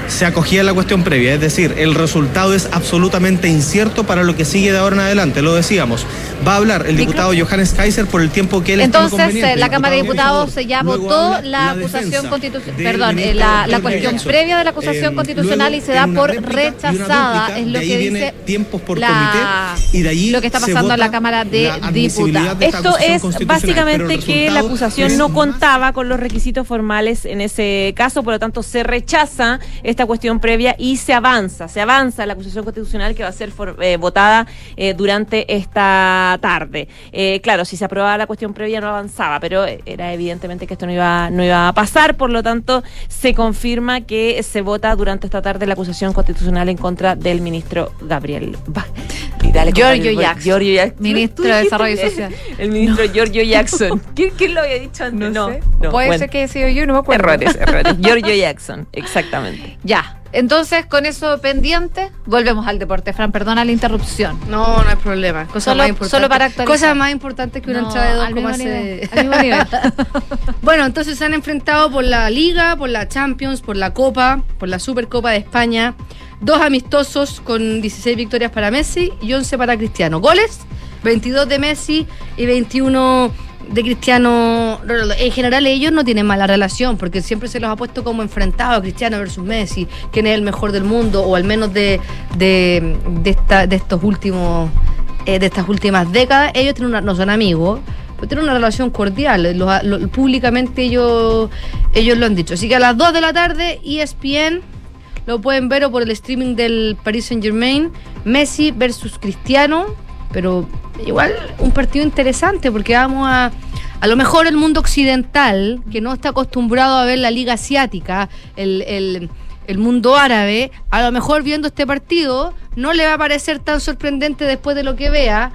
Speaker 14: se acogía a la cuestión previa, es decir, el resultado es absolutamente incierto para lo que sigue de ahora en adelante, lo decíamos. Va a hablar el diputado Johannes Kaiser por el tiempo que él
Speaker 2: Entonces,
Speaker 14: estime conveniente.
Speaker 2: la Cámara de Diputados
Speaker 14: favor.
Speaker 2: ya
Speaker 14: Luego
Speaker 2: votó
Speaker 14: habla
Speaker 2: la acusación constitucional, perdón, eh, la, la cuestión
Speaker 14: Jackson.
Speaker 2: previa de la acusación
Speaker 14: Eh,
Speaker 2: constitucional y se da
Speaker 14: luego,
Speaker 2: por
Speaker 14: en una réplica y una
Speaker 2: rechazada,
Speaker 14: dúplica,
Speaker 2: es lo
Speaker 14: de ahí
Speaker 2: que
Speaker 14: viene
Speaker 2: dice
Speaker 14: tiempos por
Speaker 2: la,
Speaker 14: comité, y de allí
Speaker 2: lo que está
Speaker 14: se
Speaker 2: pasando en la
Speaker 14: vota
Speaker 2: Cámara de
Speaker 14: la admisibilidad
Speaker 2: Diputados.
Speaker 14: de esta
Speaker 3: Esto
Speaker 14: acusación
Speaker 3: es
Speaker 14: constitucional, pero
Speaker 3: básicamente
Speaker 14: el
Speaker 3: que la
Speaker 14: resultado
Speaker 3: acusación
Speaker 14: es
Speaker 3: no
Speaker 14: más-
Speaker 3: contaba con los requisitos formales en ese caso, por lo tanto se rechaza esta cuestión previa y se avanza, se avanza la acusación constitucional que va a ser for, eh, votada eh, durante esta tarde. Eh, claro, si se aprobaba la cuestión previa no avanzaba, pero era evidentemente que esto no iba, no iba a pasar, por lo tanto se confirma que se vota durante esta tarde la acusación constitucional en contra del ministro Gabriel Ba- Dale,
Speaker 2: Giorgio
Speaker 3: compadre,
Speaker 2: Jackson,
Speaker 3: Giorgio Jackson.
Speaker 2: ministro
Speaker 3: ¿Tú
Speaker 2: de
Speaker 3: dijiste
Speaker 2: Desarrollo
Speaker 3: que-
Speaker 2: Social.
Speaker 3: El ministro
Speaker 2: No.
Speaker 3: Giorgio Jackson. ¿Quién, quién lo había dicho antes?
Speaker 2: No,
Speaker 3: No,
Speaker 2: sé.
Speaker 3: no,
Speaker 2: Puede
Speaker 3: bueno.
Speaker 2: ser que he sido yo, no me acuerdo.
Speaker 3: Errores, errores. Giorgio Jackson, exactamente.
Speaker 2: Ya. Entonces, con eso pendiente, volvemos al deporte. Fran, perdona la interrupción.
Speaker 4: No, no hay problema. Cosas
Speaker 2: Solo-
Speaker 4: más importantes.
Speaker 2: solo para actualizar.
Speaker 4: Cosas más importantes que una
Speaker 2: No,
Speaker 4: entrada de dos
Speaker 2: al mismo
Speaker 4: como hace-
Speaker 2: nivel, al mismo nivel.
Speaker 4: Bueno, entonces se han enfrentado por la Liga, por la Champions, por la Copa, por la Supercopa de España. Dos amistosos con dieciséis victorias para Messi y once para Cristiano. Goles, veintidós de Messi y veintiuno de Cristiano Ronaldo. En general ellos no tienen mala relación porque siempre se los ha puesto como enfrentados, Cristiano versus Messi, quién es el mejor del mundo o al menos de, de, de, esta, de estos últimos eh, de estas últimas décadas. Ellos tienen una, no son amigos, pero tienen una relación cordial. Lo- lo- públicamente ellos, ellos lo han dicho. Así que a las dos de la tarde E S P N lo pueden ver o por el streaming del Paris Saint-Germain, Messi versus Cristiano, pero igual un partido interesante porque vamos a a lo mejor el mundo occidental, que no está acostumbrado a ver la liga asiática, el, el, el mundo árabe, a lo mejor viendo este partido no le va a parecer tan sorprendente después de lo que vea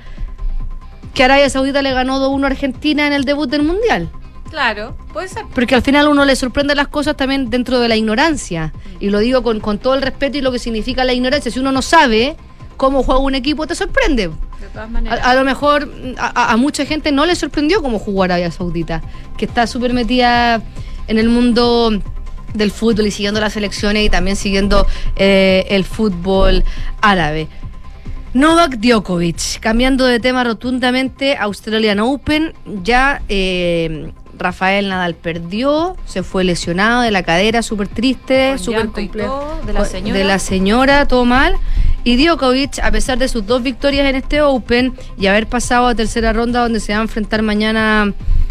Speaker 4: que Arabia Saudita le ganó dos uno a Argentina en el debut del Mundial.
Speaker 2: Claro, puede ser.
Speaker 4: Porque al final uno le sorprende las cosas también dentro de la ignorancia. Y lo digo con, con todo el respeto y lo que significa la ignorancia. Si uno no sabe cómo juega un equipo, te sorprende.
Speaker 2: De todas maneras.
Speaker 4: A, a lo mejor a, a mucha gente no le sorprendió cómo jugó Arabia Saudita, que está súper metida en el mundo del fútbol y siguiendo las selecciones y también siguiendo eh, el fútbol árabe. Novak Djokovic, cambiando de tema rotundamente, Australian Open, ya eh, Rafael Nadal perdió, se fue lesionado de la cadera, súper triste,
Speaker 2: Con
Speaker 4: súper
Speaker 2: llanto y
Speaker 4: complejo.
Speaker 2: todo, de la señora.
Speaker 4: De la señora, todo mal. Y Djokovic, a pesar de sus dos victorias en este Open y haber pasado a tercera ronda donde se va a enfrentar mañana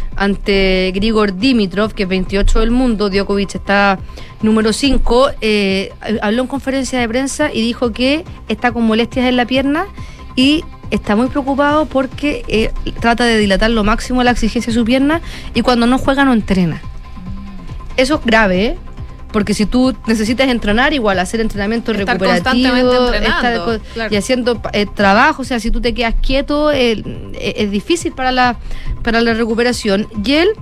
Speaker 4: ante Grigor Dimitrov, que es veintiocho del mundo, Djokovic está número cinco, eh, habló en conferencia de prensa y dijo que está con molestias en la pierna y está muy preocupado porque eh, trata de dilatar lo máximo la exigencia de su pierna y cuando no juega no entrena. Eso es grave, ¿eh? Porque si tú necesitas entrenar, igual hacer entrenamiento
Speaker 2: Estar
Speaker 4: recuperativo,
Speaker 2: constantemente entrenando,
Speaker 4: estar co-
Speaker 2: claro.
Speaker 4: y haciendo eh, trabajo, o sea, si tú te quedas quieto, eh, eh, es difícil para la para la recuperación. Y él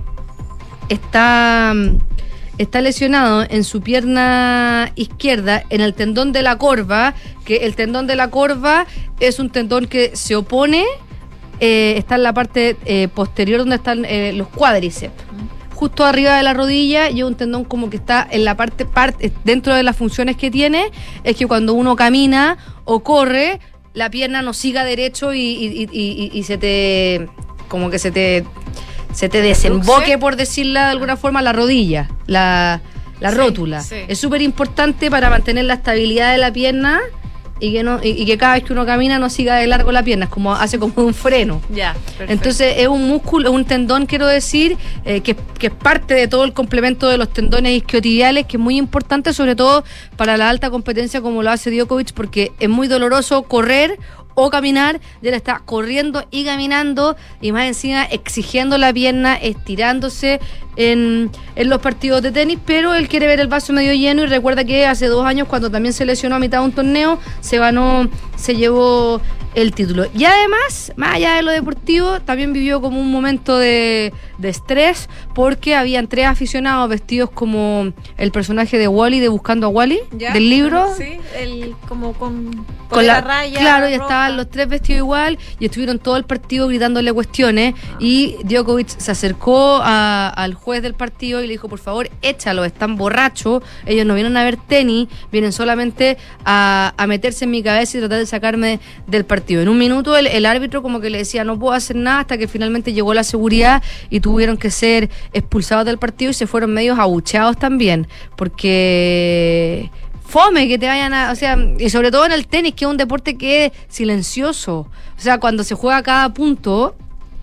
Speaker 4: está, está lesionado en su pierna izquierda, en el tendón de la corva, que el tendón de la corva es un tendón que se opone, eh, está en la parte eh, posterior donde están eh, los cuádriceps. Justo arriba de la rodilla y un tendón como que está en la parte, parte dentro de las funciones que tiene, es que cuando uno camina o corre, la pierna no siga derecho y, y, y, y, y se te, como que se te, se te desemboque, por decirla de alguna forma, la rodilla, la, la
Speaker 2: Sí,
Speaker 4: rótula.
Speaker 2: sí.
Speaker 4: Es súper importante para mantener la estabilidad de la pierna y que no y, y que cada vez que uno camina no siga de largo la pierna, es como hace como un freno.
Speaker 2: Ya, perfecto.
Speaker 4: Entonces es un músculo, un tendón, quiero decir, eh, que, que es parte de todo el complemento de los tendones isquiotibiales, que es muy importante, sobre todo para la alta competencia como lo hace Djokovic, porque es muy doloroso correr o caminar, y él está corriendo y caminando y más encima exigiendo la pierna, estirándose en, en los partidos de tenis, pero él quiere ver el vaso medio lleno y recuerda que hace dos años cuando también se lesionó a mitad de un torneo, se ganó, se llevó el título. Y además, más allá de lo deportivo, también vivió como un momento de, de estrés porque habían tres aficionados vestidos como el personaje de Wall-E, de Buscando a Wall-E, del libro.
Speaker 2: Sí, el, como con,
Speaker 4: con la,
Speaker 2: la raya.
Speaker 4: Claro, y
Speaker 2: roja.
Speaker 4: estaban los tres vestidos igual y estuvieron todo el partido gritándole cuestiones ah. y Djokovic se acercó a, al juez del partido y le dijo, por favor, échalo, están borrachos, ellos no vienen a ver tenis, vienen solamente a, a meterse en mi cabeza y tratar de sacarme del partido. En un minuto el, el árbitro como que le decía no puedo hacer nada hasta que finalmente llegó la seguridad y tuvieron que ser expulsados del partido y se fueron medios abucheados también, porque fome que te vayan a... O sea, y sobre todo en el tenis, que es un deporte que es silencioso. O sea, cuando se juega cada punto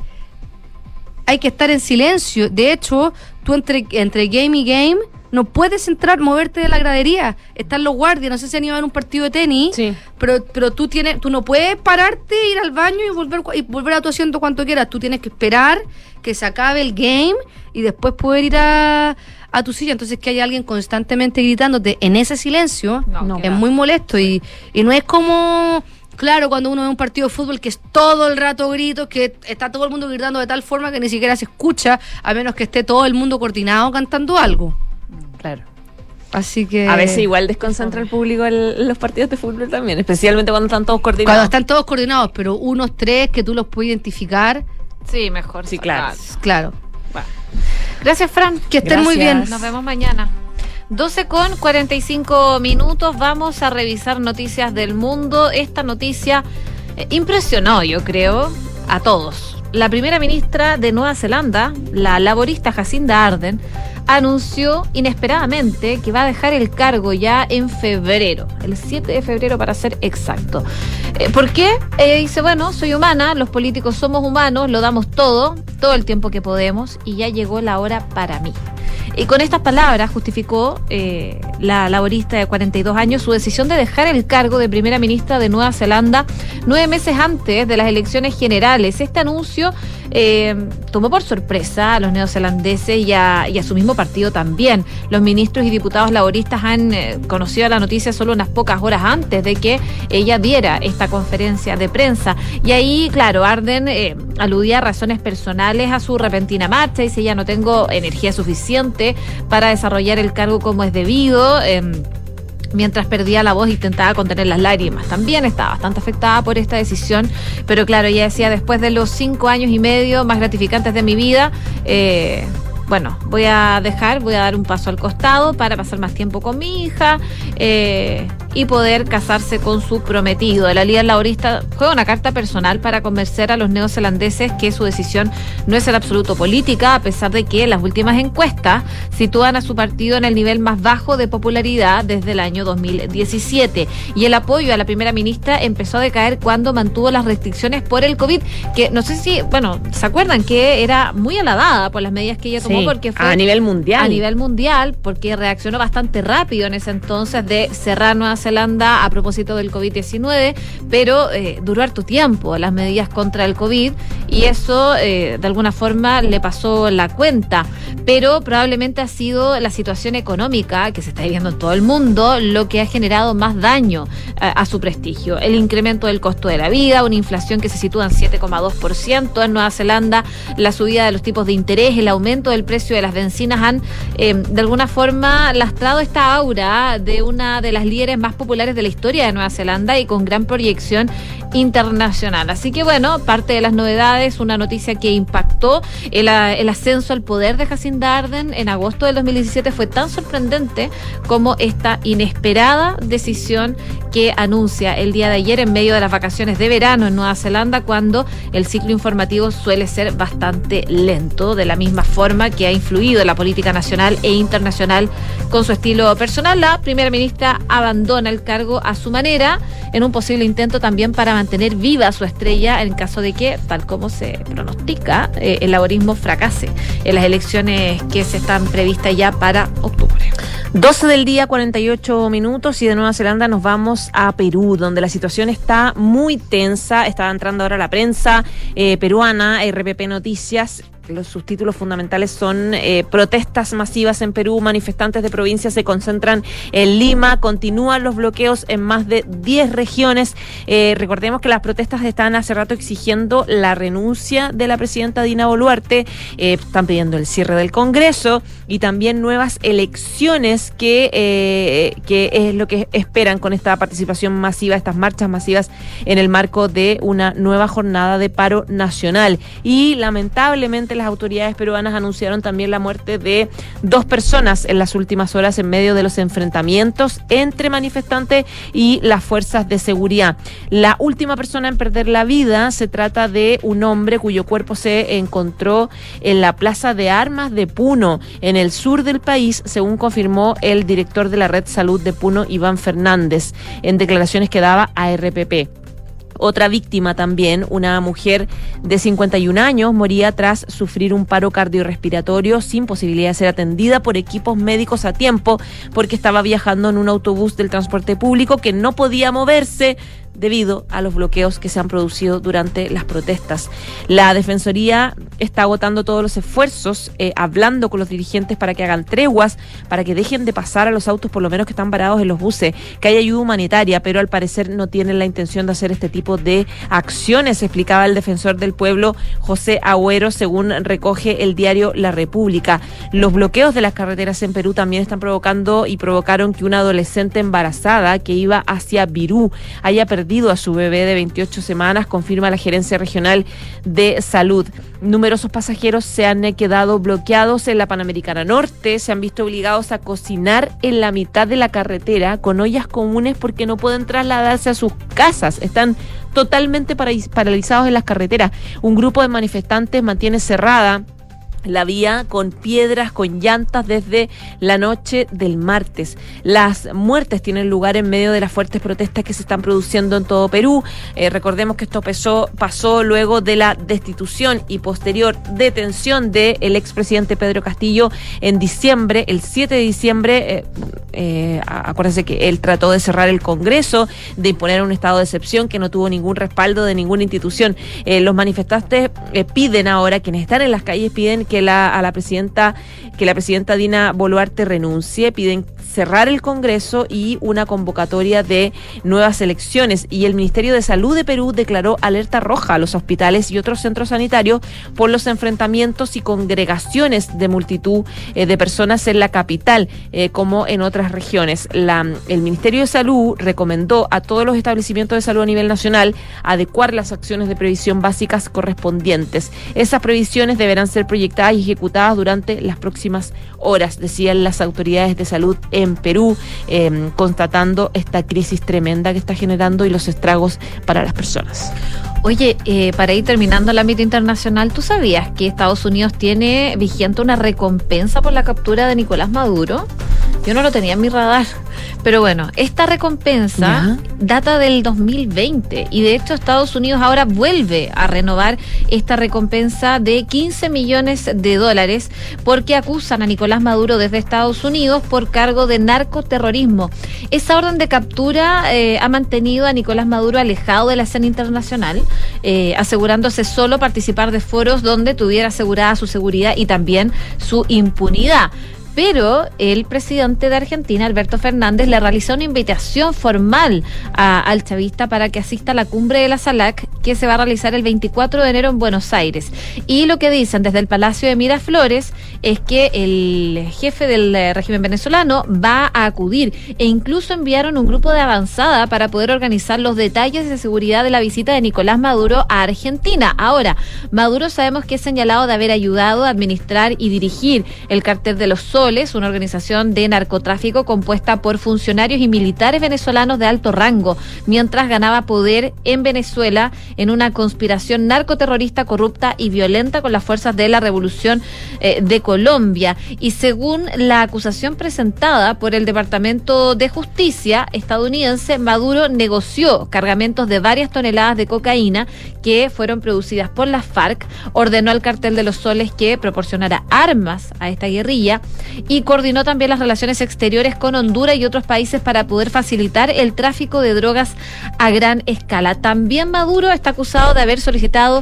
Speaker 4: hay que estar en silencio. De hecho, tú entre, entre game y game no puedes entrar, moverte de la gradería. Están los guardias, no sé si han ido a ver un partido de tenis, sí. pero pero tú tienes, tú no puedes pararte, ir al baño y volver y volver a tu asiento cuanto quieras. Tú tienes que esperar que se acabe el game y después poder ir a, a tu silla. Entonces que haya alguien constantemente gritándote en ese silencio no, no, es claro. muy molesto y, y no es como... Claro, cuando uno ve un partido de fútbol que es todo el rato gritos, que está todo el mundo gritando de tal forma que ni siquiera se escucha, a menos que esté todo el mundo coordinado cantando algo.
Speaker 3: Claro.
Speaker 4: Así que...
Speaker 3: A veces igual desconcentra el público en los partidos de fútbol también, especialmente cuando están todos coordinados.
Speaker 4: Cuando están todos coordinados, pero unos tres que tú los puedes identificar.
Speaker 2: Sí, mejor.
Speaker 3: Sí, claro.
Speaker 4: Claro.
Speaker 2: Bueno. Gracias, Fran.
Speaker 4: Que estén Gracias. muy bien.
Speaker 2: Nos vemos mañana. doce con cuarenta y cinco minutos. Vamos a revisar noticias del mundo. Esta noticia eh, impresionó, yo creo, a todos. La primera ministra de Nueva Zelanda, la laborista Jacinda Ardern, anunció inesperadamente que va a dejar el cargo ya en febrero, el siete de febrero para ser exacto. Eh, ¿Por qué? Ella dice, bueno, soy humana, los políticos somos humanos, lo damos todo, todo el tiempo que podemos y ya llegó la hora para mí. Y con estas palabras justificó eh, la laborista de cuarenta y dos años su decisión de dejar el cargo de primera ministra de Nueva Zelanda nueve meses antes de las elecciones generales. Este anuncio eh, tomó por sorpresa a los neozelandeses y a, y a su mismo partido también. Los ministros y diputados laboristas han eh, conocido la noticia solo unas pocas horas antes de que ella diera esta conferencia de prensa. Y ahí, claro, Ardern eh, aludía a razones personales a su repentina marcha. Dice, ya no tengo energía suficiente para desarrollar el cargo como es debido. Eh, Mientras perdía la voz intentaba contener las lágrimas. También estaba bastante afectada por esta decisión, pero claro, ella decía, después de los cinco años y medio más gratificantes de mi vida, eh, bueno, voy a dejar, voy a dar un paso al costado para pasar más tiempo con mi hija eh, y poder casarse con su prometido. La líder laborista juega una carta personal para convencer a los neozelandeses que su decisión no es en absoluto política, a pesar de que las últimas encuestas sitúan a su partido en el nivel más bajo de popularidad desde el año dos mil diecisiete. Y el apoyo a la primera ministra empezó a decaer cuando mantuvo las restricciones por el COVID, que no sé si, bueno, ¿se acuerdan que era muy alabada por las medidas que ella tomó?
Speaker 3: Sí,
Speaker 2: porque fue
Speaker 3: a nivel mundial.
Speaker 2: A nivel mundial, porque reaccionó bastante rápido en ese entonces de cerrar Nueva Zelanda a propósito del COVID diecinueve, pero eh, duró harto tiempo las medidas contra el COVID y eso eh, de alguna forma le pasó la cuenta, pero probablemente ha sido la situación económica que se está viviendo en todo el mundo lo que ha generado más daño a, a su prestigio. El incremento del costo de la vida, una inflación que se sitúa en siete coma dos por ciento en Nueva Zelanda, la subida de los tipos de interés, el aumento del precio de las bencinas han eh, de alguna forma lastrado esta aura de una de las líderes más populares de la historia de Nueva Zelanda y con gran proyección internacional. Así que bueno, parte de las novedades, una noticia que impactó el, el ascenso al poder de Jacinda Ardern en agosto del dos mil diecisiete fue tan sorprendente como esta inesperada decisión que anuncia el día de ayer en medio de las vacaciones de verano en Nueva Zelanda, cuando el ciclo informativo suele ser bastante lento, de la misma forma que ha influido en la política nacional e internacional con su estilo personal. La primera ministra abandona el cargo a su manera en un posible intento también para mantener viva su estrella en caso de que, tal como se pronostica, eh, el laborismo fracase en las elecciones que se están previstas ya para octubre.
Speaker 3: doce del día, cuarenta y ocho minutos, y de Nueva Zelanda nos vamos a Perú, donde la situación está muy tensa. Estaba entrando ahora la prensa eh, peruana, R P P Noticias, los, sus títulos fundamentales son eh, protestas masivas en Perú, manifestantes de provincias se concentran en Lima, continúan los bloqueos en más de diez regiones. Eh, recordemos que las protestas están hace rato exigiendo la renuncia de la presidenta Dina Boluarte, eh, están pidiendo el cierre del Congreso y también nuevas elecciones que, eh, que es lo que esperan con esta participación masiva, estas marchas masivas en el marco de una nueva jornada de paro nacional. Y lamentablemente las autoridades peruanas anunciaron también la muerte de dos personas en las últimas horas en medio de los enfrentamientos entre manifestantes y las fuerzas de seguridad. La última persona en perder la vida se trata de un hombre cuyo cuerpo se encontró en la Plaza de Armas de Puno, en el sur del país, según confirmó el director de la Red Salud de Puno, Iván Fernández, en declaraciones que daba a R P P. Otra víctima también, una mujer de cincuenta y un años, moría tras sufrir un paro cardiorrespiratorio sin posibilidad de ser atendida por equipos médicos a tiempo porque estaba viajando en un autobús del transporte público que no podía moverse debido a los bloqueos que se han producido durante las protestas. La Defensoría está agotando todos los esfuerzos, eh, hablando con los dirigentes para que hagan treguas, para que dejen de pasar a los autos, por lo menos que están parados en los buses, que haya ayuda humanitaria, pero al parecer no tienen la intención de hacer este tipo de acciones, explicaba el defensor del pueblo, José Agüero, según recoge el diario La República. Los bloqueos de las carreteras en Perú también están provocando y provocaron que una adolescente embarazada que iba hacia Virú haya perdido a su bebé de veintiocho semanas, confirma la Gerencia Regional de Salud. Numerosos pasajeros se han quedado bloqueados en la Panamericana Norte, se han visto obligados a cocinar en la mitad de la carretera con ollas comunes porque no pueden trasladarse a sus casas, están totalmente paralizados en las carreteras. Un grupo de manifestantes mantiene cerrada la vía con piedras, con llantas desde la noche del martes. Las muertes tienen lugar en medio de las fuertes protestas que se están produciendo en todo Perú. Eh, recordemos que esto pasó, pasó luego de la destitución y posterior detención del expresidente Pedro Castillo en diciembre, el siete de diciembre. Eh, eh, acuérdense que él trató de cerrar el Congreso, de imponer un estado de excepción que no tuvo ningún respaldo de ninguna institución. Eh, los manifestantes eh, piden ahora, quienes están en las calles, piden que la, a la presidenta, que la presidenta Dina Boluarte renuncie, piden cerrar el Congreso y una convocatoria de nuevas elecciones. Y el Ministerio de Salud de Perú declaró alerta roja a los hospitales y otros centros sanitarios por los enfrentamientos y congregaciones de multitud eh, de personas en la capital, eh, como en otras regiones. La, el Ministerio de Salud recomendó a todos los establecimientos de salud a nivel nacional adecuar las acciones de previsión básicas correspondientes. Esas previsiones deberán ser proyectadas y ejecutadas durante las próximas horas, decían las autoridades de salud en Perú, eh, constatando esta crisis tremenda que está generando y los estragos para las personas.
Speaker 2: Oye, eh, para ir terminando el ámbito internacional, ¿tú sabías que Estados Unidos tiene vigente una recompensa por la captura de Nicolás Maduro? Yo no lo tenía en mi radar. Pero bueno, esta recompensa ¿Ya? data del dos mil veinte y de hecho Estados Unidos ahora vuelve a renovar esta recompensa de quince millones de dólares porque acusan a Nicolás Maduro desde Estados Unidos por cargo de narcoterrorismo. Esa orden de captura eh, ha mantenido a Nicolás Maduro alejado de la escena internacional, eh, asegurándose solo participar de foros donde tuviera asegurada su seguridad y también su impunidad. Pero el presidente de Argentina, Alberto Fernández, le realizó una invitación formal a, al chavista para que asista a la cumbre de la SALAC, que se va a realizar el veinticuatro de enero en Buenos Aires. Y lo que dicen desde el Palacio de Miraflores es que el jefe del régimen venezolano va a acudir e incluso enviaron un grupo de avanzada para poder organizar los detalles de seguridad de la visita de Nicolás Maduro a Argentina. Ahora, Maduro sabemos que es señalado de haber ayudado a administrar y dirigir el Cartel de los Soles, una organización de narcotráfico compuesta por funcionarios y militares venezolanos de alto rango, mientras ganaba poder en Venezuela en una conspiración narcoterrorista corrupta y violenta con las fuerzas de la Revolución eh, de Colombia. Y según la acusación presentada por el Departamento de Justicia estadounidense, Maduro negoció cargamentos de varias toneladas de cocaína que fueron producidas por las FARC, ordenó al Cartel de los Soles que proporcionara armas a esta guerrilla y coordinó también las relaciones exteriores con Honduras y otros países para poder facilitar el tráfico de drogas a gran escala. También Maduro está acusado de haber solicitado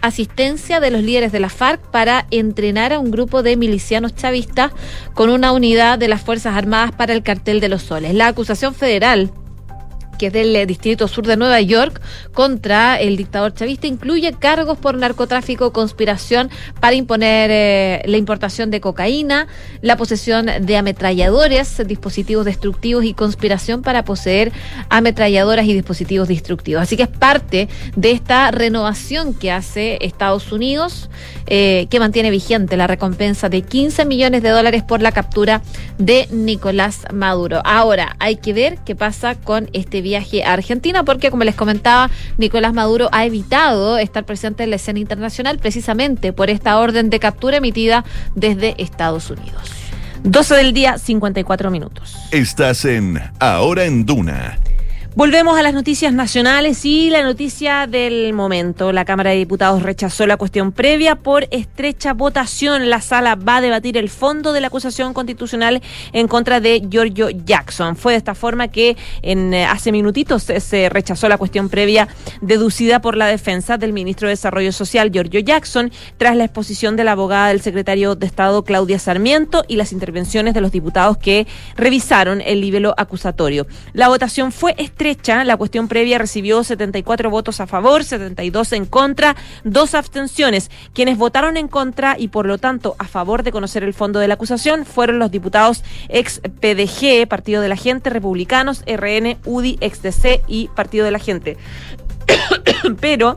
Speaker 2: asistencia de los líderes de la FARC para entrenar a un grupo de milicianos chavistas con una unidad de las Fuerzas Armadas para el Cartel de los Soles. La acusación federal, que es del eh, Distrito Sur de Nueva York, contra el dictador chavista, incluye cargos por narcotráfico, conspiración para imponer eh, la importación de cocaína, la posesión de ametralladores, dispositivos destructivos y conspiración para poseer ametralladoras y dispositivos destructivos. Así que es parte de esta renovación que hace Estados Unidos, eh, que mantiene vigente la recompensa de quince millones de dólares por la captura de Nicolás Maduro. Ahora, hay que ver qué pasa con este viaje a Argentina, porque como les comentaba, Nicolás Maduro ha evitado estar presente en la escena internacional precisamente por esta orden de captura emitida desde Estados Unidos.
Speaker 3: doce del día, cincuenta y cuatro minutos.
Speaker 1: Estás en Ahora en Duna.
Speaker 3: Volvemos a las noticias nacionales y la noticia del momento. La Cámara de Diputados rechazó la cuestión previa por estrecha votación. La sala va a debatir el fondo de la acusación constitucional en contra de Giorgio Jackson. Fue de esta forma que en hace minutitos se, se rechazó la cuestión previa deducida por la defensa del ministro de Desarrollo Social, Giorgio Jackson, tras la exposición de la abogada del secretario de Estado, Claudia Sarmiento, y las intervenciones de los diputados que revisaron el libelo acusatorio. La votación fue estrecha. La cuestión previa recibió setenta y cuatro votos a favor, setenta y dos en contra, dos abstenciones. Quienes votaron en contra y por lo tanto a favor de conocer el fondo de la acusación fueron los diputados ex P D G, Partido de la Gente, Republicanos, R N, U D I, ex D C y Partido de la Gente. Pero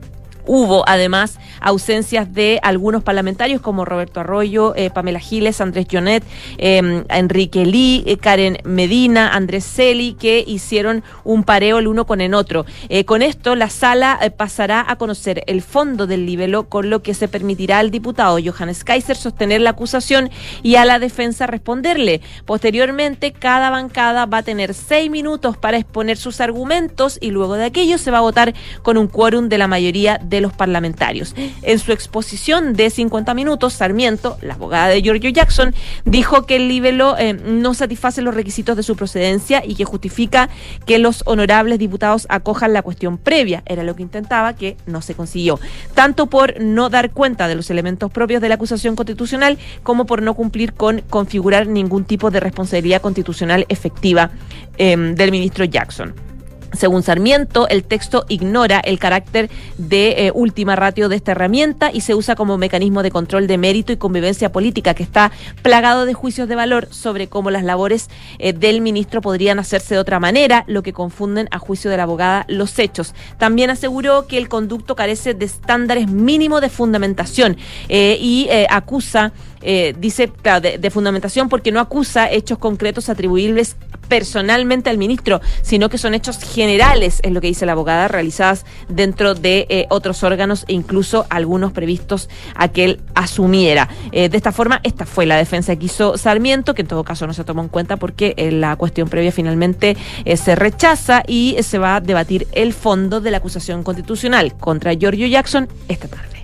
Speaker 3: hubo además ausencias de algunos parlamentarios como Roberto Arroyo, eh, Pamela Giles, Andrés Jonet, eh, Enrique Lee, eh, Karen Medina, Andrés Celi, que hicieron un pareo el uno con el otro. Eh, con esto, la sala eh, pasará a conocer el fondo del libelo, con lo que se permitirá al diputado Johannes Kaiser sostener la acusación y a la defensa responderle. Posteriormente, cada bancada va a tener seis minutos para exponer sus argumentos y luego de aquello se va a votar con un quórum de la mayoría de los parlamentarios. En su exposición de cincuenta minutos, Sarmiento, la abogada de Giorgio Jackson, dijo que el libelo eh, no satisface los requisitos de su procedencia y que justifica que los honorables diputados acojan la cuestión previa. Era lo que intentaba, que no se consiguió. Tanto por no dar cuenta de los elementos propios de la acusación constitucional como por no cumplir con configurar ningún tipo de responsabilidad constitucional efectiva eh, del ministro Jackson. Según Sarmiento, el texto ignora el carácter de eh, última ratio de esta herramienta y se usa como mecanismo de control de mérito y convivencia política, que está plagado de juicios de valor sobre cómo las labores eh, del ministro podrían hacerse de otra manera, lo que confunden a juicio de la abogada los hechos. También aseguró que el conducto carece de estándares mínimos de fundamentación eh, y eh, acusa, eh, dice, claro, de, de fundamentación porque no acusa hechos concretos atribuibles personalmente al ministro, sino que son hechos generales, es lo que dice la abogada, realizadas dentro de eh, otros órganos e incluso algunos previstos a que él asumiera. Eh, de esta forma, esta fue la defensa que hizo Sarmiento, que en todo caso no se tomó en cuenta porque eh, la cuestión previa finalmente eh, se rechaza y eh, se va a debatir el fondo de la acusación constitucional contra Giorgio Jackson esta tarde.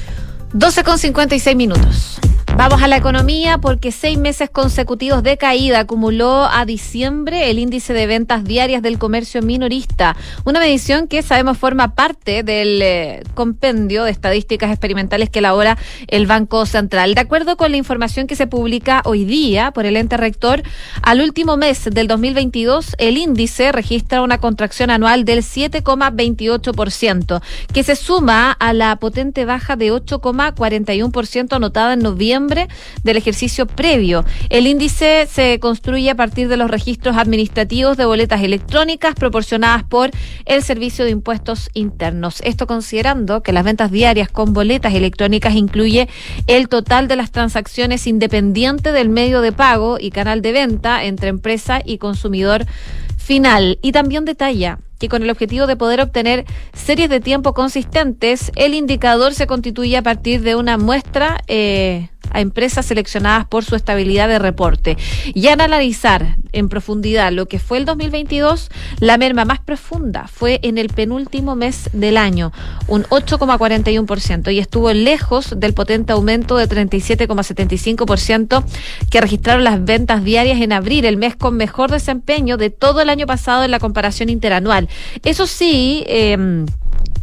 Speaker 2: doce con cincuenta y seis minutos. Vamos a la economía porque seis meses consecutivos de caída acumuló a diciembre el índice de ventas diarias del comercio minorista, una medición que sabemos forma parte del eh, compendio de estadísticas experimentales que elabora el Banco Central. De acuerdo con la información que se publica hoy día por el ente rector, al último mes del dos mil veintidós el índice registra una contracción anual del siete coma veintiocho por ciento, que se suma a la potente baja de ocho coma cuarenta y uno por ciento anotada en noviembre del ejercicio previo. El índice se construye a partir de los registros administrativos de boletas electrónicas proporcionadas por el Servicio de Impuestos Internos. Esto considerando que las ventas diarias con boletas electrónicas incluye el total de las transacciones independiente del medio de pago y canal de venta entre empresa y consumidor final. Y también detalla que con el objetivo de poder obtener series de tiempo consistentes, el indicador se constituye a partir de una muestra eh, a empresas seleccionadas por su estabilidad de reporte. Y al analizar en profundidad lo que fue el dos mil veintidós, la merma más profunda fue en el penúltimo mes del año, un ocho coma cuarenta y uno por ciento, y estuvo lejos del potente aumento de treinta y siete coma setenta y cinco por ciento que registraron las ventas diarias en abril, el mes con mejor desempeño de todo el año pasado en la comparación interanual. Eso sí, eh,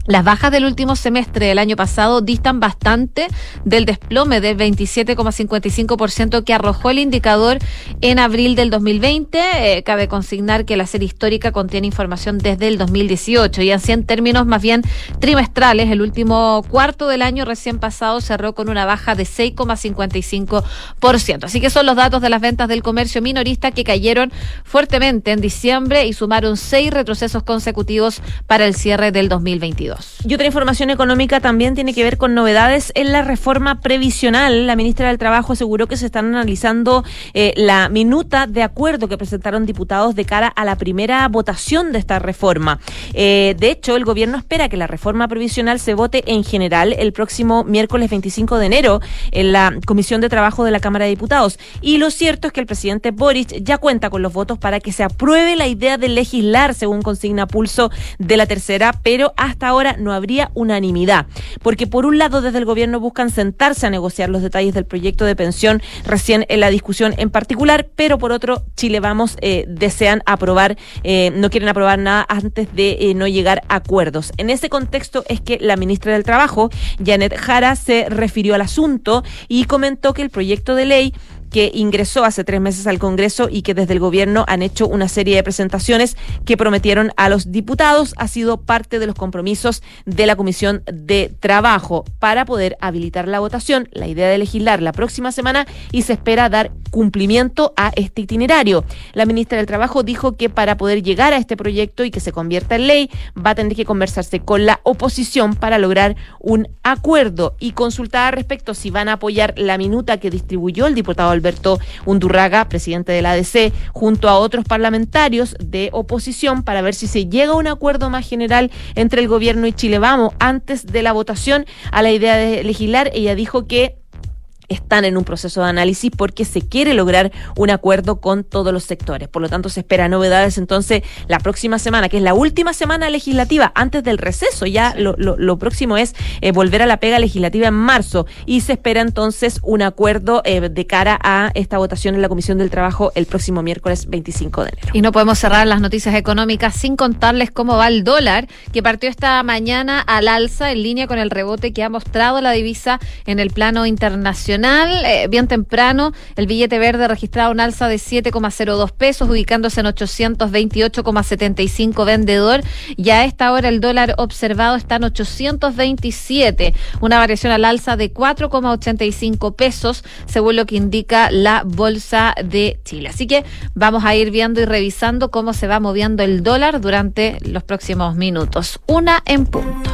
Speaker 2: Las bajas del último semestre del año pasado distan bastante del desplome del veintisiete coma cincuenta y cinco por ciento que arrojó el indicador en abril del dos mil veinte. Eh, cabe consignar que la serie histórica contiene información desde el dos mil dieciocho y así en términos más bien trimestrales, el último cuarto del año recién pasado cerró con una baja de seis coma cincuenta y cinco por ciento. Así que son los datos de las ventas del comercio minorista que cayeron fuertemente en diciembre y sumaron seis retrocesos consecutivos para el cierre del dos mil veintidós.
Speaker 3: Y otra información económica también tiene que ver con novedades en la reforma previsional. La ministra del Trabajo aseguró que se están analizando eh, la minuta de acuerdo que presentaron diputados de cara a la primera votación de esta reforma. Eh, de hecho, el gobierno espera que la reforma previsional se vote en general el próximo miércoles veinticinco de enero en la Comisión de Trabajo de la Cámara de Diputados. Y lo cierto es que el presidente Boric ya cuenta con los votos para que se apruebe la idea de legislar según consigna Pulso de la Tercera, pero hasta ahora no habría unanimidad, porque por un lado desde el gobierno buscan sentarse a negociar los detalles del proyecto de pensión recién en la discusión en particular, pero por otro Chile Vamos eh, desean aprobar, eh, no quieren aprobar nada antes de eh, no llegar a acuerdos. En ese contexto es que la ministra del Trabajo, Janet Jara, se refirió al asunto y comentó que el proyecto de ley que ingresó hace tres meses al Congreso y que desde el gobierno han hecho una serie de presentaciones que prometieron a los diputados, ha sido parte de los compromisos de la Comisión de Trabajo para poder habilitar la votación, la idea de legislar la próxima semana, y se espera dar cumplimiento a este itinerario. La ministra del Trabajo dijo que para poder llegar a este proyecto y que se convierta en ley, va a tener que conversarse con la oposición para lograr un acuerdo, y consultada respecto si van a apoyar la minuta que distribuyó el diputado Alberto Undurraga, presidente de la A D C, junto a otros parlamentarios de oposición, para ver si se llega a un acuerdo más general entre el gobierno y Chile Vamos antes de la votación a la idea de legislar. Ella dijo que están en un proceso de análisis porque se quiere lograr un acuerdo con todos los sectores. Por lo tanto, se espera novedades entonces la próxima semana, que es la última semana legislativa antes del receso. Ya lo, lo, lo próximo es eh, volver a la pega legislativa en marzo, y se espera entonces un acuerdo eh, de cara a esta votación en la Comisión del Trabajo el próximo miércoles veinticinco de enero.
Speaker 2: Y no podemos cerrar las noticias económicas sin contarles cómo va el dólar, que partió esta mañana al alza en línea con el rebote que ha mostrado la divisa en el plano internacional. Eh, bien temprano, el billete verde registraba un alza de siete coma cero dos pesos, ubicándose en ochocientos veintiocho coma setenta y cinco vendedor, y a esta hora el dólar observado está en ochocientos veintisiete, una variación al alza de cuatro coma ochenta y cinco pesos, según lo que indica la Bolsa de Chile. Así que vamos a ir viendo y revisando cómo se va moviendo el dólar durante los próximos minutos. Una en punto.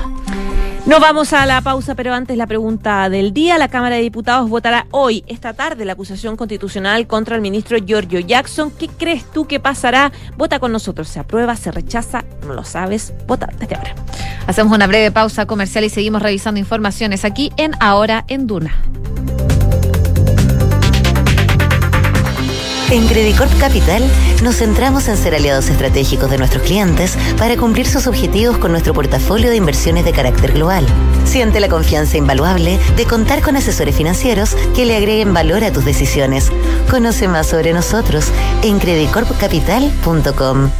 Speaker 3: Nos vamos a la pausa, pero antes la pregunta del día. La Cámara de Diputados votará hoy, esta tarde, la acusación constitucional contra el ministro Giorgio Jackson. ¿Qué crees tú que pasará? Vota con nosotros. ¿Se aprueba? ¿Se rechaza? ¿No lo sabes? Vota desde ahora.
Speaker 2: Hacemos una breve pausa comercial y seguimos revisando informaciones aquí en Ahora en Duna.
Speaker 15: En Credicorp Capital nos centramos en ser aliados estratégicos de nuestros clientes para cumplir sus objetivos con nuestro portafolio de inversiones de carácter global. Siente la confianza invaluable de contar con asesores financieros que le agreguen valor a tus decisiones. Conoce más sobre nosotros en credicorp capital punto com.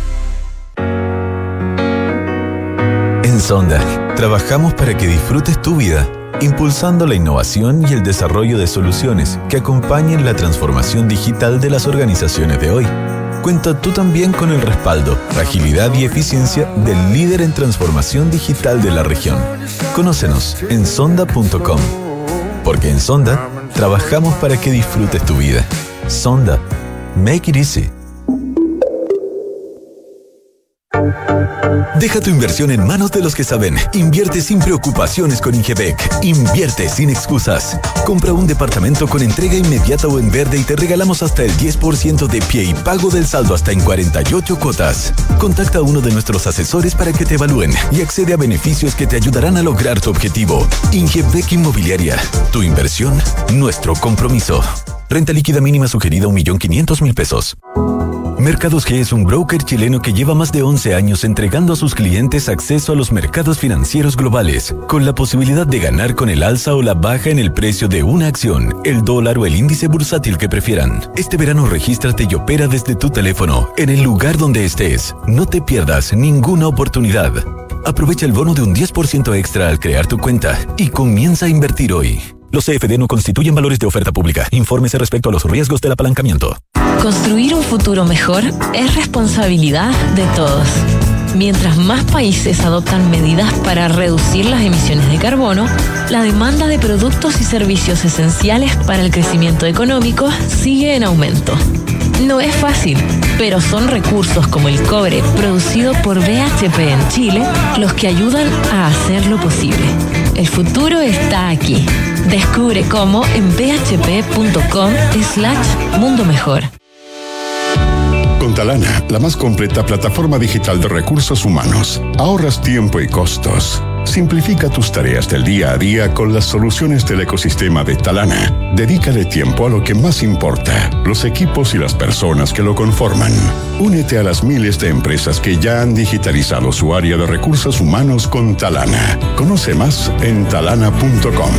Speaker 16: En Sonda, trabajamos para que disfrutes tu vida, impulsando la innovación y el desarrollo de soluciones que acompañen la transformación digital de las organizaciones de hoy. Cuenta tú también con el respaldo, agilidad y eficiencia del líder en transformación digital de la región. Conócenos en sonda punto com, porque en Sonda trabajamos para que disfrutes tu vida. Sonda, make it easy. Deja tu inversión en manos de los que saben. Invierte sin preocupaciones con Ingebec. Invierte sin excusas. Compra un departamento con entrega inmediata o en verde y te regalamos hasta el diez por ciento de pie y pago del saldo hasta en cuarenta y ocho cuotas. Contacta a uno de nuestros asesores para que te evalúen y accede a beneficios que te ayudarán a lograr tu objetivo. Ingebec Inmobiliaria. Tu inversión, nuestro compromiso. Renta líquida mínima sugerida un millón quinientos mil pesos. Mercados G es un broker chileno que lleva más de once años entregando a sus clientes acceso a los mercados financieros globales, con la posibilidad de ganar con el alza o la baja en el precio de una acción, el dólar o el índice bursátil que prefieran. Este verano regístrate y opera desde tu teléfono, en el lugar donde estés. No te pierdas ninguna oportunidad. Aprovecha el bono de un diez por ciento extra al crear tu cuenta y comienza a invertir hoy. Los C F D no constituyen valores de oferta pública. Infórmese respecto a los riesgos del apalancamiento.
Speaker 17: Construir un futuro mejor es responsabilidad de todos. Mientras más países adoptan medidas para reducir las emisiones de carbono, la demanda de productos y servicios esenciales para el crecimiento económico sigue en aumento. No es fácil, pero son recursos como el cobre producido por B H P en Chile los que ayudan a hacerlo posible. El futuro está aquí. Descubre cómo en bhp.com slash mundo mejor.
Speaker 18: Con Talana, la más completa plataforma digital de recursos humanos, ahorras tiempo y costos. Simplifica tus tareas del día a día con las soluciones del ecosistema de Talana. Dedícale tiempo a lo que más importa, los equipos y las personas que lo conforman. Únete a las miles de empresas que ya han digitalizado su área de recursos humanos con Talana. Conoce más en talana punto com.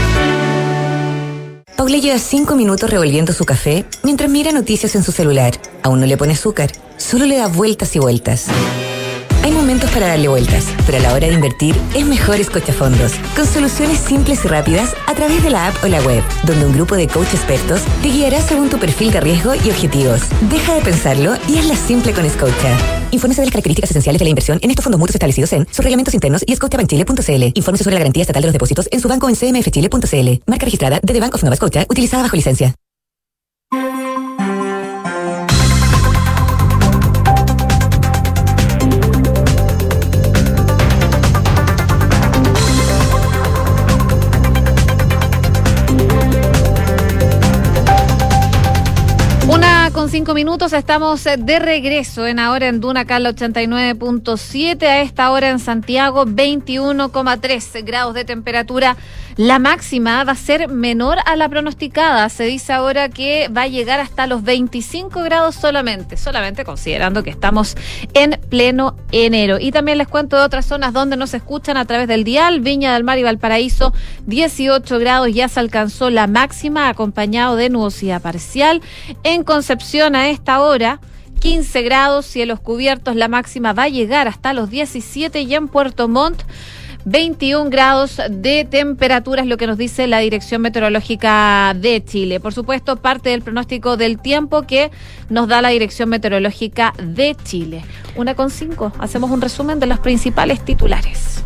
Speaker 19: Paula lleva cinco minutos revolviendo su café mientras mira noticias en su celular. Aún no le pone azúcar, solo le da vueltas y vueltas. Hay momentos para darle vueltas, pero a la hora de invertir es mejor Escochafondos, con soluciones simples y rápidas a través de la app o la web, donde un grupo de coach expertos te guiará según tu perfil de riesgo y objetivos. Deja de pensarlo y hazla simple con Escocha. Infórmese de las características esenciales de la inversión en estos fondos mutuos establecidos en sus reglamentos internos y escochabankchile punto c l. Infórmese sobre la garantía estatal de los depósitos en su banco en c m f chile punto c l. Marca registrada de The Bank of Nova Scotia, utilizada bajo licencia.
Speaker 2: Con cinco minutos estamos de regreso en Ahora en Duna, Carla ochenta y nueve punto siete. A esta hora en Santiago, veintiuno coma tres grados de temperatura. La máxima va a ser menor a la pronosticada. Se dice ahora que va a llegar hasta los veinticinco grados solamente, solamente considerando que estamos en pleno enero. Y también les cuento de otras zonas donde nos escuchan a través del dial. Viña del Mar y Valparaíso, dieciocho grados, ya se alcanzó la máxima, acompañado de nubosidad parcial. En Concepción a esta hora, quince grados, cielos cubiertos, la máxima va a llegar hasta los diecisiete, y en Puerto Montt, veintiún grados de temperatura, es lo que nos dice la Dirección Meteorológica de Chile. Por supuesto, parte del pronóstico del tiempo que nos da la Dirección Meteorológica de Chile. Una con cinco, hacemos un resumen de los principales titulares.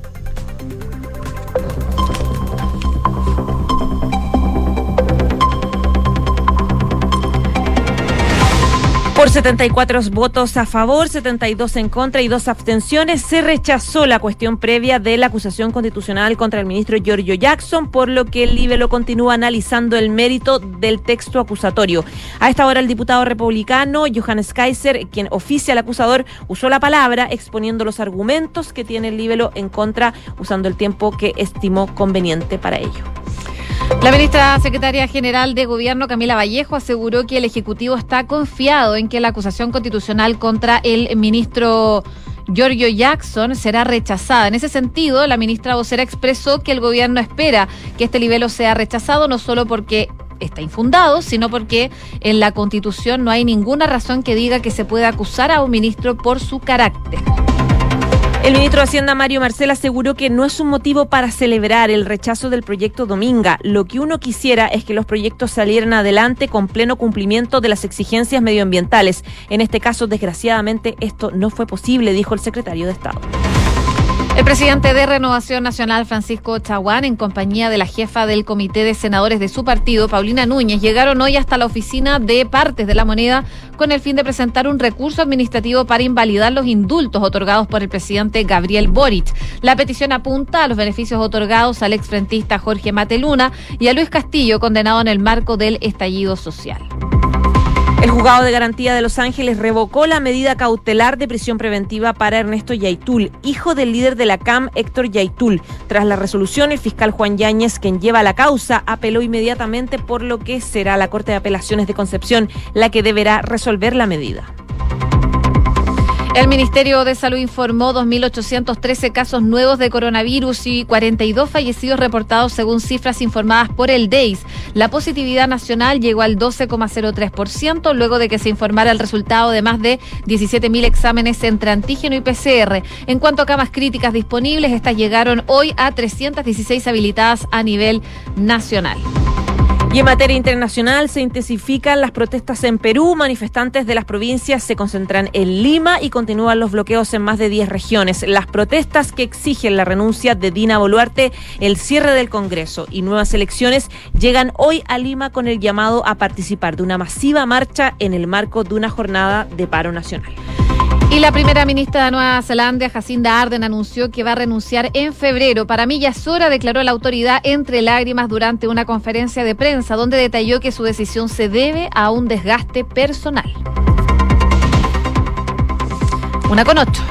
Speaker 3: Por setenta y cuatro votos a favor, setenta y dos en contra y dos abstenciones, se rechazó la cuestión previa de la acusación constitucional contra el ministro Giorgio Jackson, por lo que el Libelo continúa analizando el mérito del texto acusatorio. A esta hora, el diputado republicano Johannes Kaiser, quien oficia al acusador, usó la palabra exponiendo los argumentos que tiene el Libelo en contra, usando el tiempo que estimó conveniente para ello.
Speaker 2: La ministra secretaria general de Gobierno, Camila Vallejo, aseguró que el Ejecutivo está confiado en que la acusación constitucional contra el ministro Giorgio Jackson será rechazada. En ese sentido, la ministra vocera expresó que el Gobierno espera que este libelo sea rechazado, no solo porque está infundado, sino porque en la Constitución no hay ninguna razón que diga que se pueda acusar a un ministro por su carácter.
Speaker 3: El ministro de Hacienda, Mario Marcel, aseguró que no es un motivo para celebrar el rechazo del proyecto Dominga. Lo que uno quisiera es que los proyectos salieran adelante con pleno cumplimiento de las exigencias medioambientales. En este caso, desgraciadamente, esto no fue posible, dijo el secretario de Estado.
Speaker 2: El presidente de Renovación Nacional, Francisco Chaguán, en compañía de la jefa del Comité de Senadores de su partido, Paulina Núñez, llegaron hoy hasta la oficina de Partes de la Moneda con el fin de presentar un recurso administrativo para invalidar los indultos otorgados por el presidente Gabriel Boric. La petición apunta a los beneficios otorgados al exfrentista Jorge Mateluna y a Luis Castillo, condenado en el marco del estallido social.
Speaker 3: El juzgado de garantía de Los Ángeles revocó la medida cautelar de prisión preventiva para Ernesto Yaitul, hijo del líder de la C A M, Héctor Yaitul. Tras la resolución, el fiscal Juan Yáñez, quien lleva la causa, apeló inmediatamente, por lo que será la Corte de Apelaciones de Concepción la que deberá resolver la medida.
Speaker 2: El Ministerio de Salud informó dos mil ochocientos trece casos nuevos de coronavirus y cuarenta y dos fallecidos reportados según cifras informadas por el D E I S. La positividad nacional llegó al doce coma cero tres por ciento luego de que se informara el resultado de más de diecisiete mil exámenes entre antígeno y P C R. En cuanto a camas críticas disponibles, estas llegaron hoy a trescientas dieciséis habilitadas a nivel nacional.
Speaker 3: Y en materia internacional se intensifican las protestas en Perú. Manifestantes de las provincias se concentran en Lima y continúan los bloqueos en más de diez regiones. Las protestas que exigen la renuncia de Dina Boluarte, el cierre del Congreso y nuevas elecciones llegan hoy a Lima con el llamado a participar de una masiva marcha en el marco de una jornada de paro nacional.
Speaker 2: Y la primera ministra de Nueva Zelanda, Jacinda Ardern, anunció que va a renunciar en febrero. Para mí ya es hora, declaró la autoridad entre lágrimas durante una conferencia de prensa, donde detalló que su decisión se debe a un desgaste personal. Una con ocho.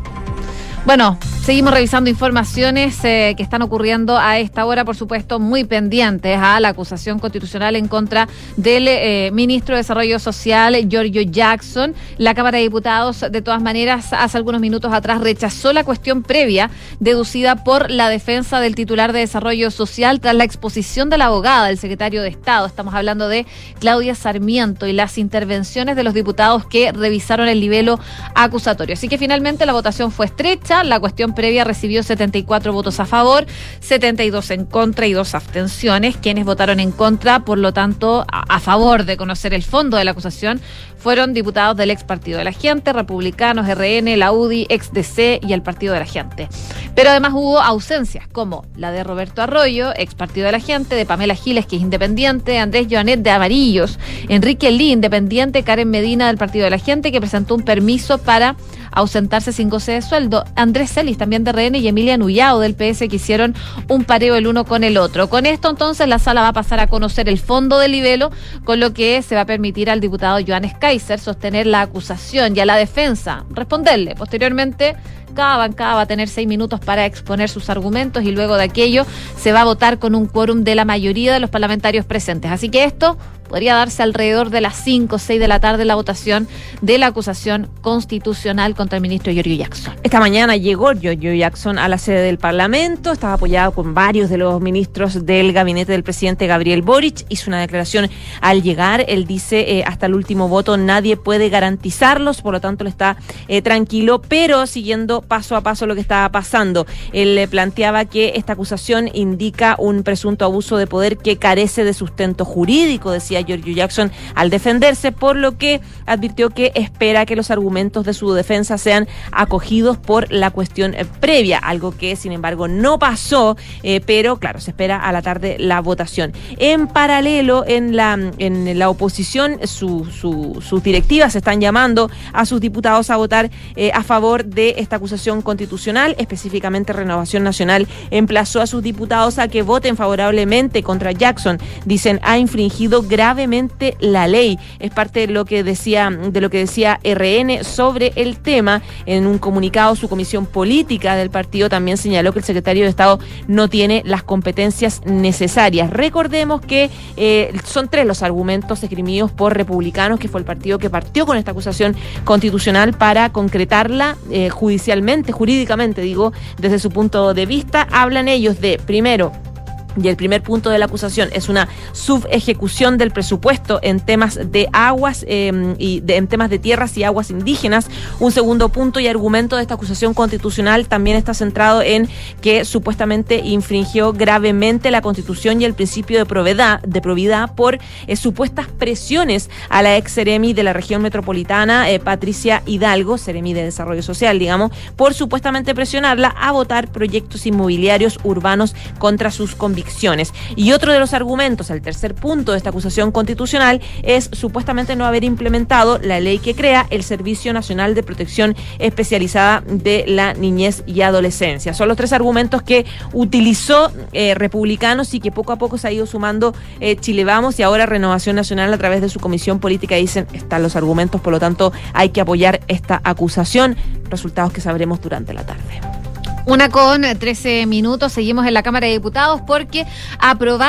Speaker 2: Bueno, seguimos revisando informaciones eh, que están ocurriendo a esta hora, por supuesto, muy pendientes a la acusación constitucional en contra del eh, ministro de Desarrollo Social, Giorgio Jackson. La Cámara de Diputados, de todas maneras, hace algunos minutos atrás rechazó la cuestión previa deducida por la defensa del titular de Desarrollo Social tras la exposición de la abogada del secretario de Estado. Estamos hablando de Claudia Sarmiento y las intervenciones de los diputados que revisaron el libelo acusatorio. Así que finalmente la votación fue estrecha. La cuestión previa recibió setenta y cuatro votos a favor, setenta y dos en contra y dos abstenciones. Quienes votaron en contra, por lo tanto, a, a favor de conocer el fondo de la acusación, fueron diputados del ex Partido de la Gente, Republicanos, R N, la U D I, ex D C y el Partido de la Gente. Pero además hubo ausencias, como la de Roberto Arroyo, ex Partido de la Gente, de Pamela Giles, que es independiente, Andrés Joanet, de Amarillos, Enrique Lee, independiente, Karen Medina, del Partido de la Gente, que presentó un permiso para ausentarse sin goce de sueldo, Andrés Celis, también de R N, y Emilia Nullao, del P S, que hicieron un pareo el uno con el otro. Con esto, entonces, la sala va a pasar a conocer el fondo del libelo, con lo que se va a permitir al diputado Johannes Kaiser sostener la acusación y a la defensa responderle. Posteriormente, cada bancada va a tener seis minutos para exponer sus argumentos y luego de aquello se va a votar con un quórum de la mayoría de los parlamentarios presentes. Así que esto podría darse alrededor de las cinco o seis de la tarde la votación de la acusación constitucional contra el ministro Giorgio Jackson.
Speaker 3: Esta mañana llegó Giorgio Jackson a la sede del Parlamento, estaba apoyado con varios de los ministros del gabinete del presidente Gabriel Boric, hizo una declaración al llegar, él dice eh, hasta el último voto nadie puede garantizarlos, por lo tanto él está eh, tranquilo, pero siguiendo paso a paso lo que estaba pasando. Él eh, planteaba que esta acusación indica un presunto abuso de poder que carece de sustento jurídico, decía Giorgio Jackson al defenderse, por lo que advirtió que espera que los argumentos de su defensa sean acogidos por la cuestión eh, previa, algo que sin embargo no pasó, eh, pero claro, se espera a la tarde la votación. En paralelo, en la en la oposición, su, su, sus directivas están llamando a sus diputados a votar eh, a favor de esta acusación constitucional, específicamente Renovación Nacional emplazó a sus diputados a que voten favorablemente contra Jackson. Dicen, ha infringido gravemente la ley. Es parte de lo que decía de lo que decía R N sobre el tema. En un comunicado, su comisión política del partido también señaló que el secretario de Estado no tiene las competencias necesarias. Recordemos que eh, son tres los argumentos esgrimidos por Republicanos, que fue el partido que partió con esta acusación constitucional para concretarla eh, judicialmente, jurídicamente, digo, desde su punto de vista. Hablan ellos de, primero, y el primer punto de la acusación es una subejecución del presupuesto en temas de aguas eh, y de, en temas de tierras y aguas indígenas. Un segundo punto y argumento de esta acusación constitucional también está centrado en que supuestamente infringió gravemente la Constitución y el principio de probidad, de probidad por eh, supuestas presiones a la ex seremi de la región metropolitana, eh, Patricia Hidalgo, seremi de Desarrollo Social, digamos, por supuestamente presionarla a votar proyectos inmobiliarios urbanos contra sus convicciones. Y otro de los argumentos, el tercer punto de esta acusación constitucional, es supuestamente no haber implementado la ley que crea el Servicio Nacional de Protección Especializada de la Niñez y Adolescencia. Son los tres argumentos que utilizó eh, Republicanos y que poco a poco se ha ido sumando eh, Chile Vamos y ahora Renovación Nacional a través de su comisión política dicen, están los argumentos, por lo tanto hay que apoyar esta acusación. Resultados que sabremos durante la tarde.
Speaker 2: Una con trece minutos, seguimos en la Cámara de Diputados porque aprobaron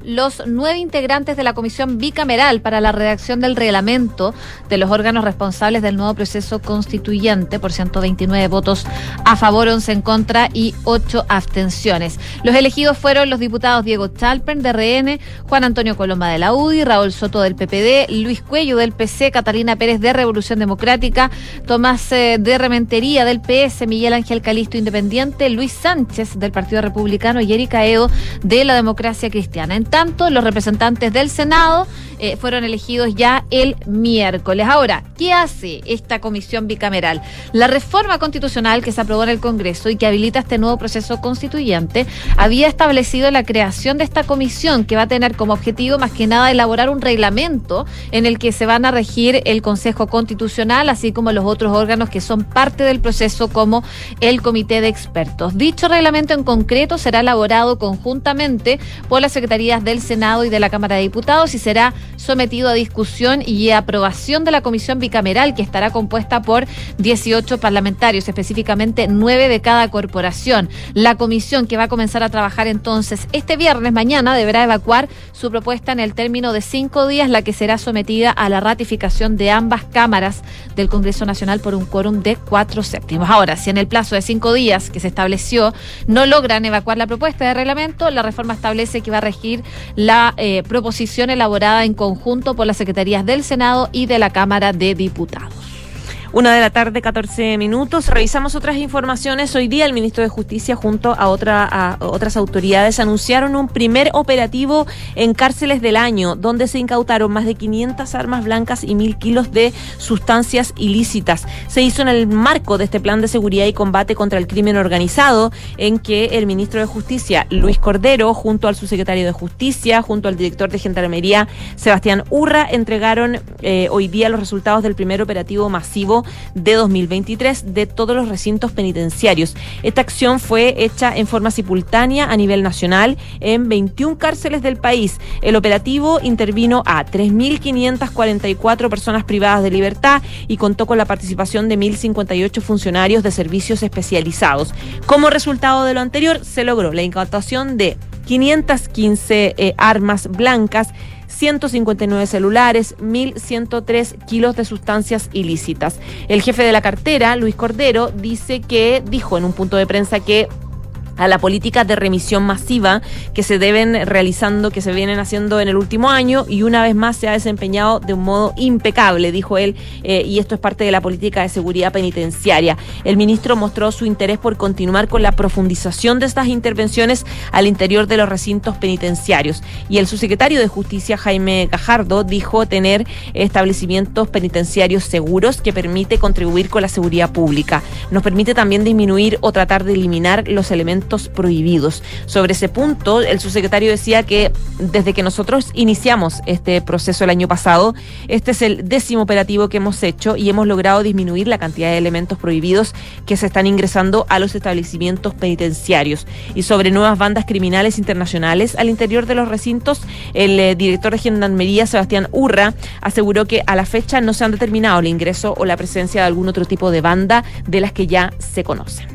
Speaker 2: los nueve integrantes de la comisión bicameral para la redacción del reglamento de los órganos responsables del nuevo proceso constituyente, por ciento veintinueve votos a favor, once en contra y ocho abstenciones. Los elegidos fueron los diputados Diego Chalpern de R N, Juan Antonio Coloma de la U D I, Raúl Soto del P P D, Luis Cuello del P C, Catalina Pérez de Revolución Democrática, Tomás eh, de Rementería del P S, Miguel Ángel Calisto Independiente, Luis Sánchez del Partido Republicano y Erika Edo de la Democracia Cristiana. En tanto, los representantes del Senado eh, fueron elegidos ya el miércoles. Ahora, ¿qué hace esta comisión bicameral? La reforma constitucional que se aprobó en el Congreso y que habilita este nuevo proceso constituyente había establecido la creación de esta comisión que va a tener como objetivo más que nada elaborar un reglamento en el que se van a regir el Consejo Constitucional, así como los otros órganos que son parte del proceso, como el Comité de Expertos. Dicho reglamento en concreto será elaborado conjuntamente por las secretarías del Senado y de la Cámara de Diputados y será sometido a discusión y aprobación de la comisión bicameral, que estará compuesta por dieciocho parlamentarios, específicamente nueve de cada corporación. La comisión, que va a comenzar a trabajar entonces este viernes, mañana, deberá evacuar su propuesta en el término de cinco días, la que será sometida a la ratificación de ambas cámaras del Congreso Nacional por un quórum de cuatro séptimos. Ahora, si en el plazo de cinco días que se estableció no logran evacuar la propuesta de reglamento, la reforma establece que va a regir la eh, proposición elaborada en conjunto por las secretarías del Senado y de la Cámara de Diputados.
Speaker 3: Una de la tarde, catorce minutos. Revisamos otras informaciones. Hoy día el ministro de Justicia junto a, otra, a otras autoridades anunciaron un primer operativo en cárceles del año, donde se incautaron más de quinientas armas blancas y mil kilos de sustancias ilícitas. Se hizo en el marco de este plan de seguridad y combate contra el crimen organizado, en que el ministro de Justicia, Luis Cordero, junto al subsecretario de Justicia, junto al director de Gendarmería, Sebastián Urra, entregaron eh, hoy día los resultados del primer operativo masivo de dos mil veintitrés de todos los recintos penitenciarios. Esta acción fue hecha en forma simultánea a nivel nacional en veintiún cárceles del país. El operativo intervino a tres mil quinientas cuarenta y cuatro personas privadas de libertad y contó con la participación de mil cincuenta y ocho funcionarios de servicios especializados. Como resultado de lo anterior, se logró la incautación de quinientas quince eh, armas blancas, ciento cincuenta y nueve celulares, mil ciento tres kilos de sustancias ilícitas. El jefe de la cartera, Luis Cordero, dice que dijo en un punto de prensa que a la política de remisión masiva que se deben realizando, que se vienen haciendo en el último año, y una vez más se ha desempeñado de un modo impecable, dijo él, eh, y esto es parte de la política de seguridad penitenciaria. El ministro mostró su interés por continuar con la profundización de estas intervenciones al interior de los recintos penitenciarios, y el subsecretario de Justicia, Jaime Gajardo, dijo tener establecimientos penitenciarios seguros que permite contribuir con la seguridad pública. Nos permite también disminuir o tratar de eliminar los elementos prohibidos. Sobre ese punto, el subsecretario decía que desde que nosotros iniciamos este proceso el año pasado, este es el décimo operativo que hemos hecho y hemos logrado disminuir la cantidad de elementos prohibidos que se están ingresando a los establecimientos penitenciarios. Y sobre nuevas bandas criminales internacionales al interior de los recintos, el eh, director de Gendarmería, Sebastián Urra, aseguró que a la fecha no se han determinado el ingreso o la presencia de algún otro tipo de banda de las que ya se conocen.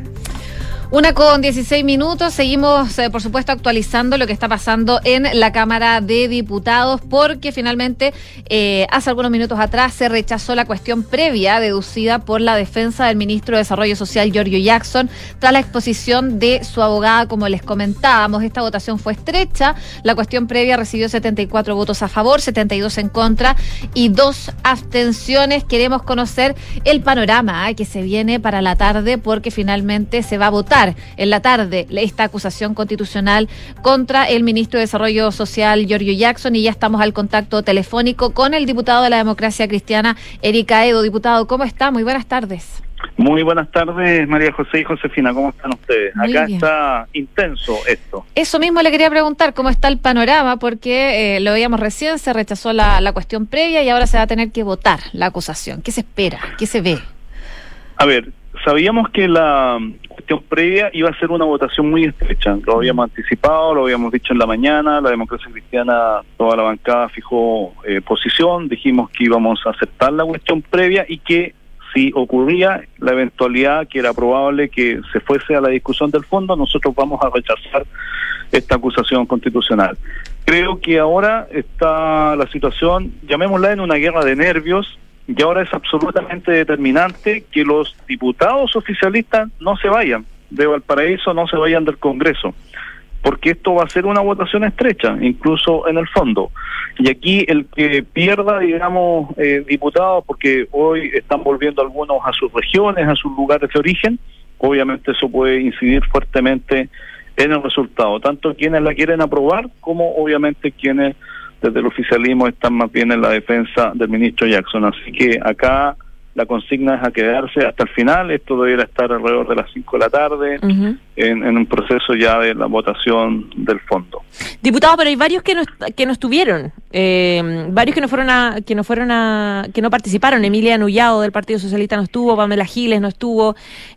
Speaker 2: Una con dieciséis minutos, seguimos eh, por supuesto actualizando lo que está pasando en la Cámara de Diputados, porque finalmente eh, hace algunos minutos atrás se rechazó la cuestión previa deducida por la defensa del ministro de Desarrollo Social, Giorgio Jackson, tras la exposición de su abogada. Como les comentábamos, esta votación fue estrecha. La cuestión previa recibió setenta y cuatro votos a favor, setenta y dos en contra y dos abstenciones. Queremos conocer el panorama eh, que se viene para la tarde, porque finalmente se va a votar en la tarde esta acusación constitucional contra el ministro de Desarrollo Social, Giorgio Jackson, y ya estamos al contacto telefónico con el diputado de la Democracia Cristiana, Erika Edo. Diputado, ¿cómo está? Muy buenas tardes.
Speaker 20: Muy buenas tardes, María José y Josefina, ¿cómo están ustedes? Muy Acá bien. Está intenso esto.
Speaker 2: Eso mismo le quería preguntar, ¿cómo está el panorama? Porque eh, lo veíamos recién, se rechazó la, la cuestión previa y ahora se va a tener que votar la acusación. ¿Qué se espera? ¿Qué se ve?
Speaker 20: A ver, sabíamos que la cuestión previa iba a ser una votación muy estrecha. Lo habíamos anticipado, lo habíamos dicho en la mañana. La Democracia Cristiana, toda la bancada fijó eh, posición. Dijimos que íbamos a aceptar la cuestión previa y que si ocurría la eventualidad que era probable que se fuese a la discusión del fondo, nosotros vamos a rechazar esta acusación constitucional. Creo que ahora está la situación, llamémosla en una guerra de nervios, y ahora es absolutamente determinante que los diputados oficialistas no se vayan de Valparaíso, no se vayan del Congreso, porque esto va a ser una votación estrecha, incluso en el fondo. Y aquí el que pierda, digamos, eh, diputados, porque hoy están volviendo algunos a sus regiones, a sus lugares de origen, obviamente eso puede incidir fuertemente en el resultado, tanto quienes la quieren aprobar como obviamente quienes desde el oficialismo están más bien en la defensa del ministro Jackson. Así que acá la consigna es a quedarse hasta el final. Esto debería estar alrededor de las cinco de la tarde, uh-huh. en, en un proceso ya de la votación del fondo.
Speaker 3: Diputado, pero hay varios que no que no estuvieron, eh, varios que no fueron a que no fueron a que no participaron. Emilia Nullado del Partido Socialista no estuvo, Pamela Giles no estuvo.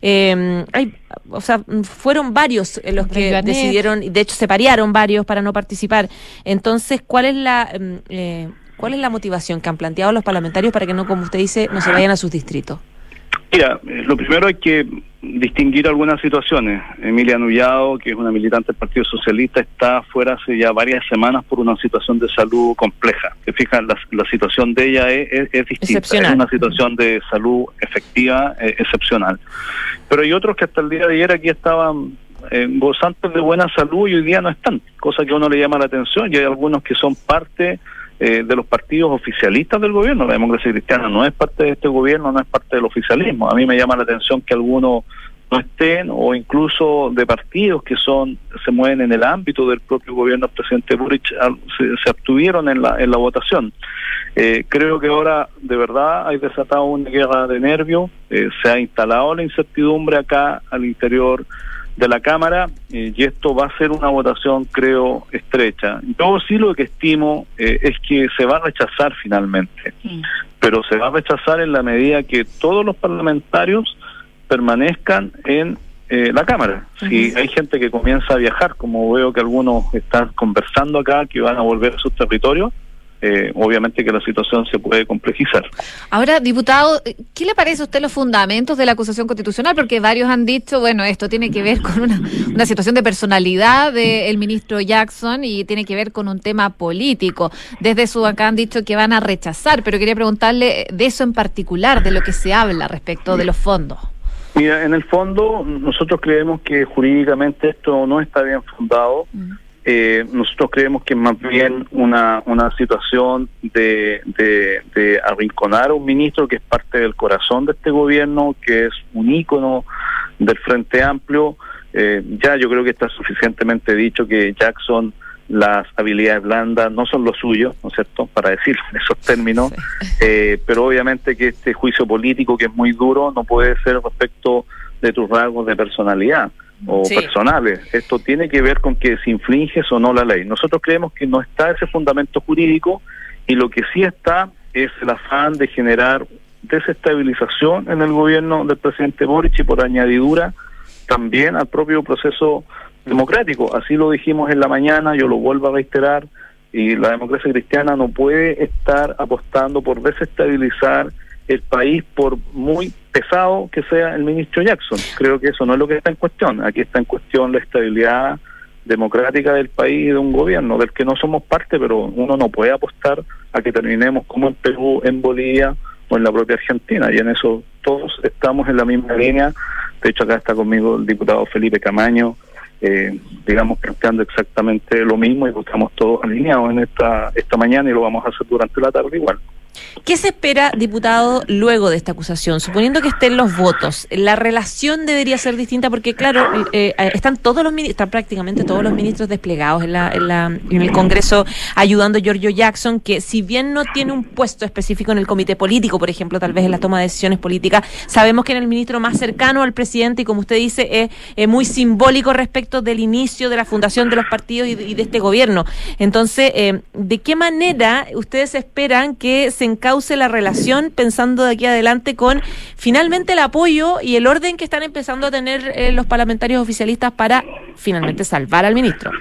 Speaker 3: Eh, hay, o sea, fueron varios los que decidieron, de hecho se parearon varios para no participar. Entonces, ¿cuál es la eh, ¿Cuál es la motivación que han planteado los parlamentarios para que no, como usted dice, no se vayan a sus distritos?
Speaker 20: Mira, eh, lo primero hay que distinguir algunas situaciones. Emilia Nullado, que es una militante del Partido Socialista, está fuera hace ya varias semanas por una situación de salud compleja. Te fijas, la, la situación de ella es, es, es distinta, es una situación de salud efectiva, eh, excepcional. Pero hay otros que hasta el día de ayer aquí estaban eh, gozantes de buena salud y hoy día no están, cosa que a uno le llama la atención, y hay algunos que son parte Eh, de los partidos oficialistas del gobierno. La Democracia Cristiana no es parte de este gobierno, no es parte del oficialismo. A mí me llama la atención que algunos no estén, o incluso de partidos que son se mueven en el ámbito del propio gobierno del presidente Boric, se, se abstuvieron en la, en la votación. Eh, creo que ahora de verdad hay desatado una guerra de nervios, eh, se ha instalado la incertidumbre acá al interior de la Cámara, eh, y esto va a ser una votación, creo, estrecha. Yo sí lo que estimo eh, es que se va a rechazar finalmente, sí. pero se va a rechazar en la medida que todos los parlamentarios permanezcan en eh, la Cámara. Uh-huh. Si hay gente que comienza a viajar, como veo que algunos están conversando acá, que van a volver a sus territorios, Eh, obviamente que la situación se puede complejizar.
Speaker 2: Ahora, diputado, ¿qué le parece a usted los fundamentos de la acusación constitucional? Porque varios han dicho, bueno, esto tiene que ver con una, una situación de personalidad del ministro Jackson y tiene que ver con un tema político. Desde su acá han dicho que van a rechazar, pero quería preguntarle de eso en particular, de lo que se habla respecto de los fondos.
Speaker 20: Mira, en el fondo nosotros creemos que jurídicamente esto no está bien fundado. Mm. Eh, nosotros creemos que es más bien una una situación de, de, de arrinconar a un ministro que es parte del corazón de este gobierno, que es un ícono del Frente Amplio. Eh, ya yo creo que está suficientemente dicho que Jackson, las habilidades blandas no son lo suyo, ¿no es cierto?, para decir esos términos, sí. eh, pero obviamente que este juicio político, que es muy duro, no puede ser respecto de tus rasgos de personalidad o sí. personales. Esto tiene que ver con que si infringes o no la ley. Nosotros creemos que no está ese fundamento jurídico, y lo que sí está es el afán de generar desestabilización en el gobierno del presidente Boric y por añadidura también al propio proceso democrático. Así lo dijimos en la mañana, yo lo vuelvo a reiterar, y la Democracia Cristiana no puede estar apostando por desestabilizar el país por muy pesado que sea el ministro Jackson. Creo que eso no es lo que está en cuestión. Aquí está en cuestión la estabilidad democrática del país y de un gobierno del que no somos parte, pero uno no puede apostar a que terminemos como en Perú, en Bolivia o en la propia Argentina, y en eso todos estamos en la misma línea. De hecho, acá está conmigo el diputado Felipe Camaño, eh, digamos, planteando exactamente lo mismo, y estamos todos alineados en esta esta mañana, y lo vamos a hacer durante la tarde igual.
Speaker 3: ¿Qué se espera, diputado, luego de esta acusación? Suponiendo que estén los votos, ¿la relación debería ser distinta? Porque, claro, eh, están todos los ministros, están prácticamente todos los ministros desplegados en, la, en, la, en el Congreso ayudando a Giorgio Jackson, que si bien no tiene un puesto específico en el comité político, por ejemplo, tal vez en la toma de decisiones políticas, sabemos que en el ministro más cercano al presidente, y como usted dice, es, es muy simbólico respecto del inicio de la fundación de los partidos y de, y de este gobierno. Entonces, eh, ¿de qué manera ustedes esperan que se encauce la relación, pensando de aquí adelante con finalmente el apoyo y el orden que están empezando a tener eh, los parlamentarios oficialistas para finalmente salvar al ministro?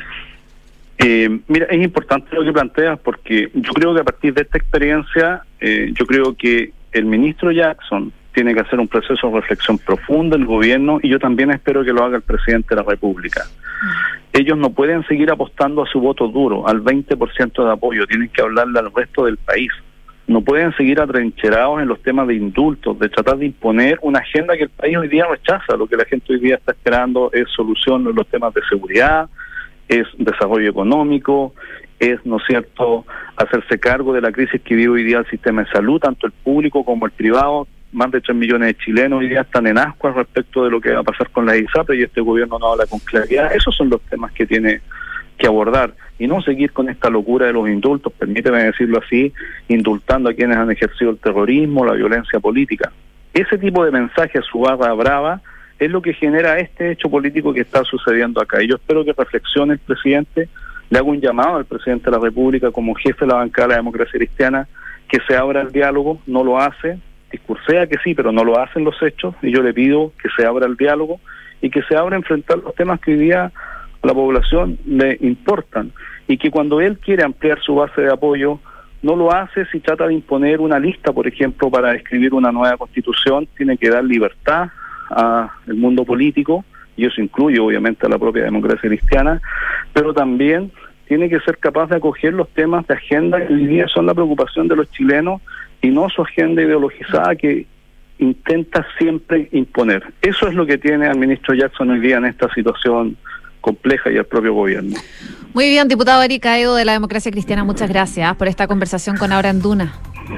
Speaker 20: Eh, mira, es importante lo que planteas, porque yo creo que a partir de esta experiencia, eh, yo creo que el ministro Jackson tiene que hacer un proceso de reflexión profunda el gobierno, y yo también espero que lo haga el presidente de la República. Ellos no pueden seguir apostando a su voto duro, al veinte por ciento de apoyo, tienen que hablarle al resto del país. No pueden seguir atrincherados en los temas de indultos, de tratar de imponer una agenda que el país hoy día rechaza. Lo que la gente hoy día está esperando es solución en los temas de seguridad, es desarrollo económico, es, ¿no es cierto?, hacerse cargo de la crisis que vive hoy día el sistema de salud, tanto el público como el privado. Más de tres millones de chilenos hoy día están en ascuas respecto de lo que va a pasar con la ISAPRE, y este gobierno no habla con claridad. Esos son los temas que tiene que abordar, y no seguir con esta locura de los indultos, permíteme decirlo así, indultando a quienes han ejercido el terrorismo, la violencia política. Ese tipo de mensaje a su barra brava es lo que genera este hecho político que está sucediendo acá. Y yo espero que reflexione el presidente, le hago un llamado al presidente de la República como jefe de la bancada de la Democracia Cristiana, que se abra el diálogo. No lo hace, discursea que sí, pero no lo hacen los hechos, y yo le pido que se abra el diálogo y que se abra a enfrentar los temas que hoy día a la población le importan, y que cuando él quiere ampliar su base de apoyo, no lo hace si trata de imponer una lista, por ejemplo, para escribir una nueva constitución. Tiene que dar libertad al mundo político, y eso incluye obviamente a la propia democracia cristiana, pero también tiene que ser capaz de acoger los temas de agenda que hoy día son la preocupación de los chilenos, y no su agenda ideologizada que intenta siempre imponer. Eso es lo que tiene al ministro Jackson hoy día en esta situación compleja, y al propio gobierno.
Speaker 2: Muy bien, diputado Eric Aedo de la Democracia Cristiana, muchas gracias por esta conversación con Ahora en Duna.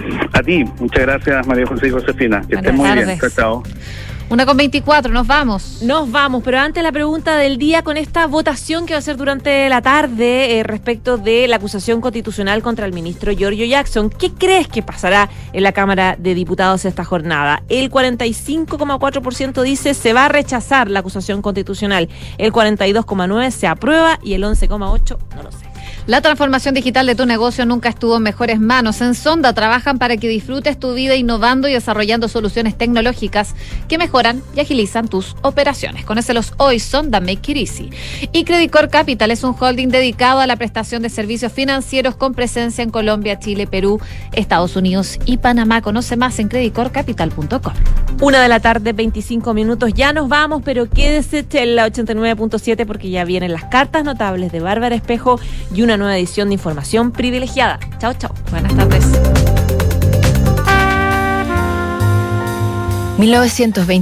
Speaker 20: A ti, muchas gracias, María José y Josefina. Que estén muy bien. Chao, chao.
Speaker 2: Una con veinticuatro, nos vamos.
Speaker 3: Nos vamos, pero antes la pregunta del día con esta votación que va a ser durante la tarde eh, respecto de la acusación constitucional contra el ministro Giorgio Jackson. ¿Qué crees que pasará en la Cámara de Diputados esta jornada? El cuarenta y cinco coma cuatro por ciento dice se va a rechazar la acusación constitucional, el cuarenta y dos coma nueve por ciento se aprueba y el once coma ocho por ciento no lo sé.
Speaker 2: La transformación digital de tu negocio nunca estuvo en mejores manos. En Sonda trabajan para que disfrutes tu vida innovando y desarrollando soluciones tecnológicas que mejoran y agilizan tus operaciones. Conócelos hoy, Sonda Make It Easy. Y Credicor Capital es un holding dedicado a la prestación de servicios financieros con presencia en Colombia, Chile, Perú, Estados Unidos y Panamá. Conoce más en credicor capital punto com.
Speaker 3: Una de la tarde, veinticinco minutos. Ya nos vamos, pero quédese en la ochenta y nueve punto siete porque ya vienen las cartas notables de Bárbara Espejo y una nueva edición de Información Privilegiada. Chao, chao.
Speaker 2: Buenas tardes.
Speaker 10: mil novecientos veinte